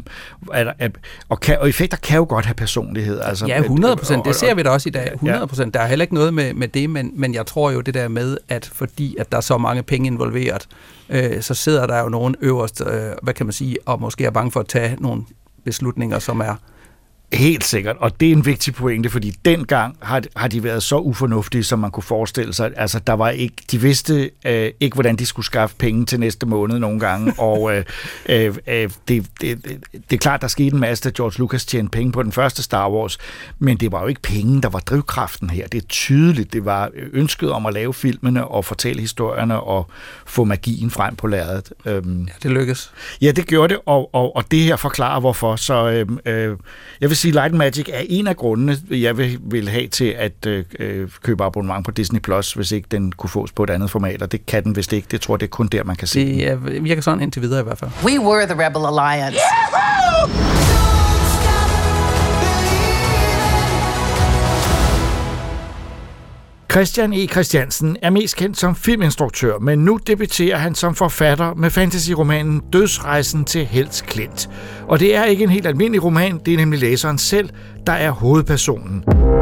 Og effekter kan jo godt have personlighed. Altså, ja, 100%. Det ser vi da også i dag. 100%. Der er heller ikke noget med det, men jeg tror jo det der med, at fordi at der er så mange penge involveret, så sidder der jo nogen øverst, hvad kan man sige, og måske er bange for at tage nogle beslutninger, som er helt sikkert, og det er en vigtig pointe, fordi dengang har de været så ufornuftige, som man kunne forestille sig. Altså, der var ikke, de vidste ikke, hvordan de skulle skaffe penge til næste måned nogle gange, og det er klart, der skete en masse, da George Lucas tjente penge på den første Star Wars, men det var jo ikke penge, der var drivkraften her. Det er tydeligt, det var ønsket om at lave filmene og fortælle historierne og få magien frem på lærredet. Ja, det lykkedes. Ja, det gjorde det, og det her forklarer hvorfor, så jeg vil sige, Light & Magic er en af grundene, jeg vil have til at købe abonnement på Disney+, hvis ikke den kunne fås på et andet format, og det kan den vist ikke. Det tror jeg, det er kun der, man kan se. Det virker sådan indtil videre i hvert fald. We were the Rebel Alliance. Christian E. Christiansen er mest kendt som filminstruktør, men nu debuterer han som forfatter med fantasy-romanen Dødsrejsen til Hells Klint. Og det er ikke en helt almindelig roman, det er nemlig læseren selv, der er hovedpersonen.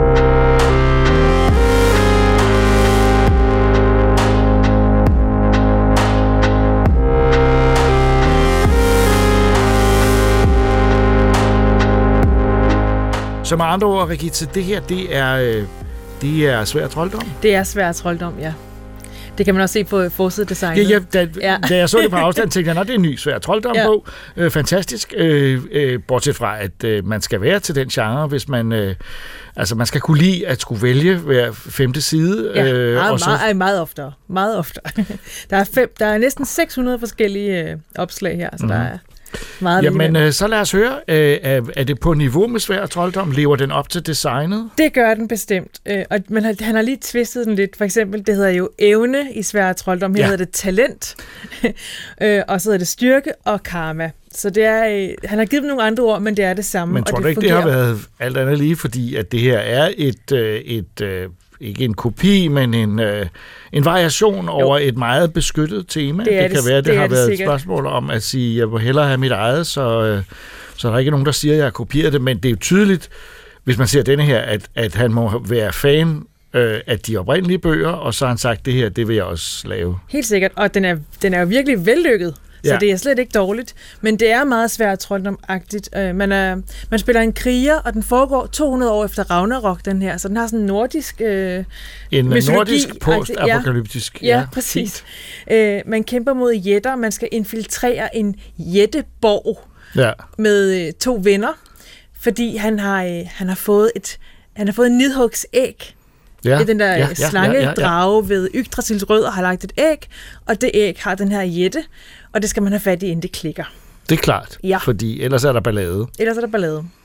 Så med andre ord, Regitze, det her, det er Sværd Trolddom? Det er Sværd Trolddom, ja. Det kan man også se på forsidedesignet. Da jeg så det på afstand, tænkte jeg, at det er en ny Sværd Trolddom-bog. Fantastisk. Bortset fra, at man skal være til den genre, hvis man... man skal kunne lide at skulle vælge hver 5. side. Ja, meget oftere. Meget oftere. Der er næsten 600 forskellige opslag her, så der er... Jamen, så lad os høre. Er det på niveau med Sværd Trolddom? Lever den op til designet? Det gør den bestemt. Men han har lige twistet den lidt. For eksempel, det hedder jo evne i Sværd Trolddom. Her hedder det talent. Og så hedder det styrke og karma. Så det er, han har givet dem nogle andre ord, men det er det samme. Men tror du ikke, det har været alt andet lige, fordi at det her er ikke en kopi, men en variation over et meget beskyttet tema. Det kan være, det har været et spørgsmål om at sige, jeg må hellere have mit eget, så der er ikke nogen, der siger, at jeg har kopieret det, men det er jo tydeligt, hvis man ser denne her, at han må være fan af de oprindelige bøger, og så har han sagt, det her, det vil jeg også lave. Helt sikkert, og den er jo virkelig vellykket. Så det er slet ikke dårligt. Men det er meget svært Trolldom-agtigt. Man spiller en kriger, og den foregår 200 år efter Ragnarok, den her. Så den har sådan en nordisk en nordisk post-apokalyptisk. Ja, præcis. Man kæmper mod jætter. Man skal infiltrere en jætteborg med 2 venner, fordi han har fået en nidhugs æg. Ja, den der slangedrage ved Yggdrasils rød og har lagt et æg, og det æg har den her jætte, og det skal man have fat i, inden det klikker. Det er klart, fordi ellers er der ballade.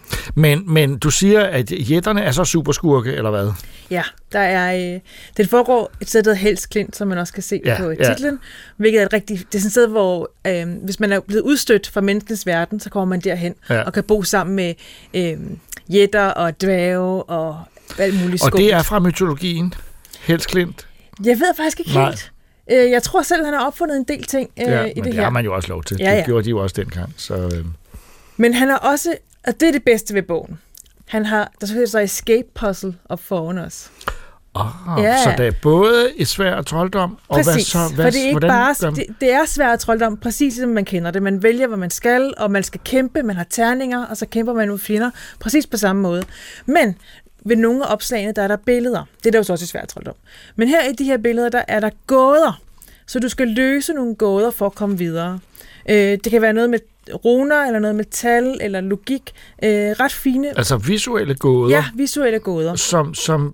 Men du siger, at jætterne er så superskurke, eller hvad? Ja, der er... det foregår et sted, der hedder Hell's Klint, som man også kan se på titlen, hvilket er et rigtigt... Det er sådan et sted, hvor hvis man er blevet udstødt fra menneskets verden, så kommer man derhen og kan bo sammen med jætter og dværge og alt muligt skumt. Og det er fra mytologien, Hell's Klint? Jeg ved faktisk ikke helt. Jeg tror selv, han har opfundet en del ting i det her. men det har man jo også lov til. Det gjorde de jo også dengang. Så, Men han har også, og det er det bedste ved bogen, han har, der selvfølgelig så escape puzzle op foran os. Så det er både et svært trolddom, og præcis, for det er ikke bare, det er svært trolddom, præcis som man kender det. Man vælger, hvad man skal, og man skal kæmpe, man har terninger, og så kæmper man med fjender, præcis på samme måde. Men ved nogle af opslagene, der er der billeder. Det er der jo så også svært trolddom. Men her i de her billeder, der er der gåder. Så du skal løse nogle gåder for at komme videre. Det kan være noget med runer, eller noget med tal, eller logik. Ret fine. Altså visuelle gåder? Ja, visuelle gåder. Som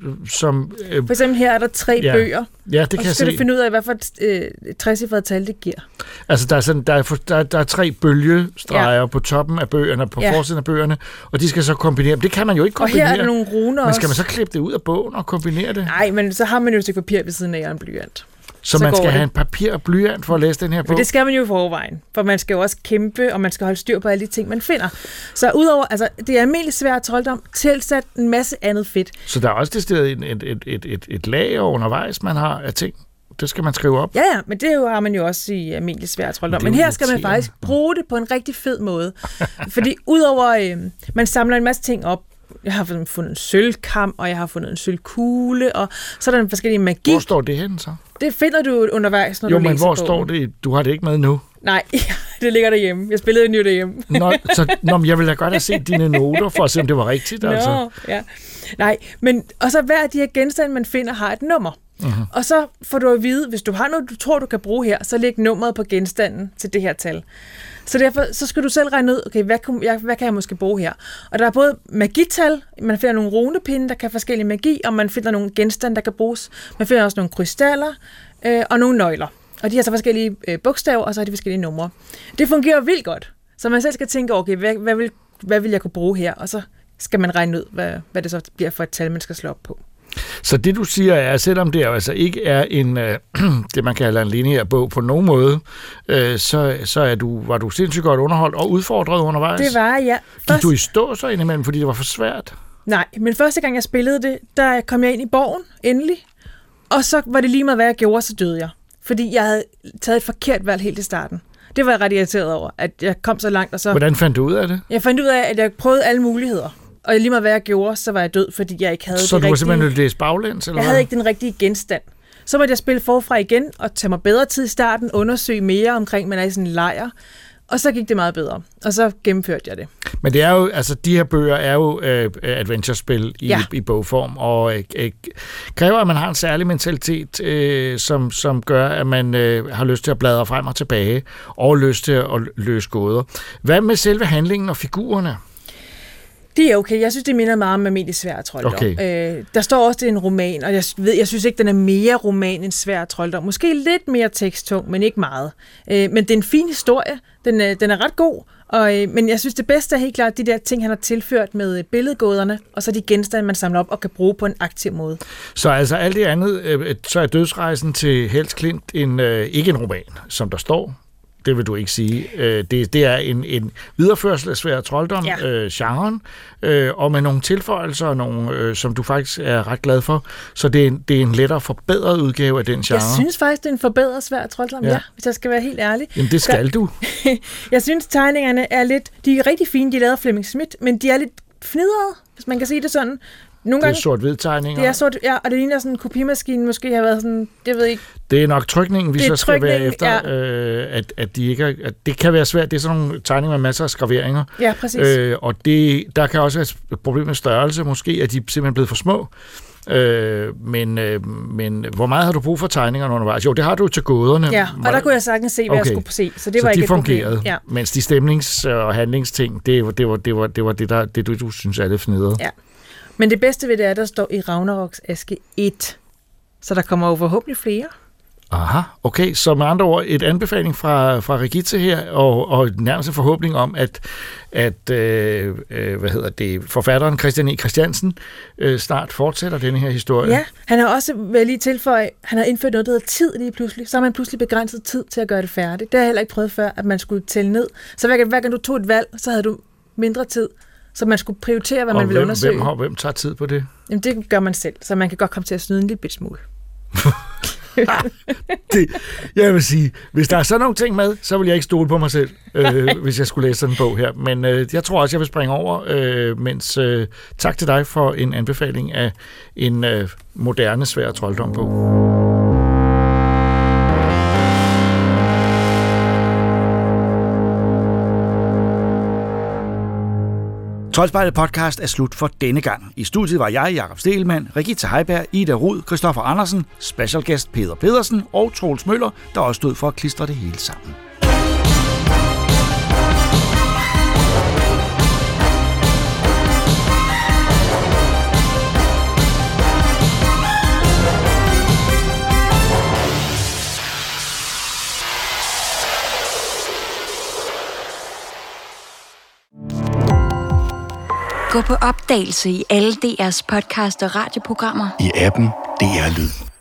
for eksempel her er der 3 bøger. Ja, det kan jeg se. Og så skal du finde ud af, hvad for et 3-cifret tal det giver. Altså der er 3 bølgestreger på toppen af bøgerne, på forsiden af bøgerne, og de skal så kombinere. Det kan man jo ikke kombinere. Og her er der nogle runer. Men skal man så klippe det ud af bogen og kombinere det? Nej, men så har man jo et stykke papir ved siden af en blyant. Så man skal have en papir og blyant for at læse den her bog? Men det skal man jo i forvejen, for man skal jo også kæmpe, og man skal holde styr på alle de ting, man finder. Så udover, altså, det er almindeligt svært trolddom, tilsat en masse andet fedt. Så der er også det sted et lag undervejs, man har af ting? Det skal man skrive op? Ja, men det har man jo også i almindelig svært trolddom. Men her skal man faktisk bruge det på en rigtig fed måde. Fordi udover, man samler en masse ting op, jeg har fundet en sølvkam, og jeg har fundet en sølvkugle, og så er der en forskellige magi. Hvor står det henne så? Det finder du undervejs, når du læser bogen. Jo, men hvor står det? Du har det ikke med nu? Nej, det ligger derhjemme. Jeg spillede det jo derhjemme. Jeg ville da godt have set dine noter, for at se, om det var rigtigt. Altså. Ja. Nej, men og så hver af de her genstande, man finder, har et nummer. Uh-huh. Og så får du at vide, hvis du har noget, du tror, du kan bruge her, så læg nummeret på genstanden til det her tal. Så derfor så skal du selv regne ud, okay, hvad kan jeg måske bruge her? Og der er både magital, man finder nogle runepinde, der kan forskellige magi, og man finder nogle genstande, der kan bruges. Man finder også nogle krystaller og nogle nøgler. Og de har så forskellige bogstaver, og så har de forskellige numre. Det fungerer vildt godt. Så man selv skal tænke, okay, hvad vil jeg kunne bruge her? Og så skal man regne ud, hvad det så bliver for et tal, man skal slå op på. Så det du siger er, selvom det altså ikke er en det man kalder en lineær bog på nogen måde, så var du sindssygt godt underholdt og udfordret undervejs? Det var jeg. Gik du i stå så indimellem, fordi det var for svært? Nej, men første gang jeg spillede det, der kom jeg ind i borgen, endelig. Og så var det lige meget, hvad jeg gjorde, så døde jeg. Fordi jeg havde taget et forkert valg helt i starten. Det var jeg ret irriteret over, at jeg kom så langt. Og så... Hvordan fandt du ud af det? Jeg fandt ud af, at jeg prøvede alle muligheder. Og lige meget hvad jeg gjorde, så var jeg død, fordi jeg ikke havde så det rigtige... Så du var simpelthen nødt til at læse baglæns, eller jeg havde ikke den rigtige genstand. Så måtte jeg spille forfra igen, og tage mig bedre tid i starten, undersøge mere omkring, man er i sådan en lejr. Og så gik det meget bedre. Og så gennemførte jeg det. Men det er jo, altså de her bøger er jo adventure-spil i bogform, og kræver, at man har en særlig mentalitet, som gør, at man har lyst til at bladre frem og tilbage, og lyst til at løse gåder. Hvad med selve handlingen og figurerne? Det er okay. Jeg synes, det minder meget om almindelig svær trolddom. Okay. Der står også, det er en roman, og jeg synes ikke, den er mere roman end svær trolddom. Måske lidt mere teksttung, men ikke meget. Men det er en fin historie. Den er ret god, men jeg synes, det bedste er helt klart de der ting, han har tilført med billedgåderne, og så de genstande, man samler op og kan bruge på en aktiv måde. Så altså alt det andet, så er Dødsrejsen til Hell's Klint ikke en roman, som der står? Det vil du ikke sige. Det er en videreførsel af svær trolddom, genren, og med nogle tilføjelser, nogle, som du faktisk er ret glad for. Så det er en lettere forbedret udgave af den genre. Jeg synes faktisk, det er en forbedret svær trolddom, hvis jeg skal være helt ærlig. Jamen, det skal du. Jeg synes, tegningerne er lidt... De er rigtig fine, de er lavet af Flemming Schmidt, men de er lidt fnidrede, hvis man kan sige det sådan. Nogle gange, det er sort-hvid tegninger. Det er sort, ja, og det ligner sådan en kopimaskine måske har været sådan, jeg ved ikke. Det er nok trykningen, vi så skal være efter, at de ikke at det kan være svært. Det er sådan nogle tegninger med masser af skraveringer. Ja, præcis. Og der kan også være et problem med størrelse, måske er de simpelthen blevet for små. Men hvor meget har du brug for tegningerne undervejs? Jo, det har du til gåderne. Ja, og der kunne jeg sagtens se, hvad jeg skulle se. Så det var ikke et fungerede, ja. Mens de stemnings- og handlingsting, det var det du synes er lidt fnidret. Ja. Men det bedste ved det er, der står i Ragnaroks aske 1. Så der kommer jo forhåbentlig flere. Aha, okay. Så med andre ord, et anbefaling fra Regitze her, og nærmest en forhåbning om, at forfatteren Christian E. Christiansen snart fortsætter denne her historie. Ja, han har også vel lige tilføje, han har indført noget, der hedder tid lige pludselig. Så har man pludselig begrænset tid til at gøre det færdigt. Det har jeg heller ikke prøvet før, at man skulle tælle ned. Så hver gang du tog et valg, så havde du mindre tid. Så man skulle prioritere, hvad man ville undersøge. Hvem tager tid på det? Jamen, det gør man selv, så man kan godt komme til at snyde en lille bit smule. Jeg vil sige, hvis der er sådan nogle ting med, så vil jeg ikke stole på mig selv, hvis jeg skulle læse sådan en bog her. Men jeg tror også, jeg vil springe over, mens tak til dig for en anbefaling af en moderne, svær trolddom-bog. Troldspejlet podcast er slut for denne gang. I studiet var jeg, Jakob Stegelmann, Regitze Heiberg, Ida Rud, Christoffer Andersen, specialgæst Peter Pedersen og Troels Møller, der også stod for at klistre det hele sammen. Gå på opdagelse i alle DR's podcast og radioprogrammer. I appen DR Lyd.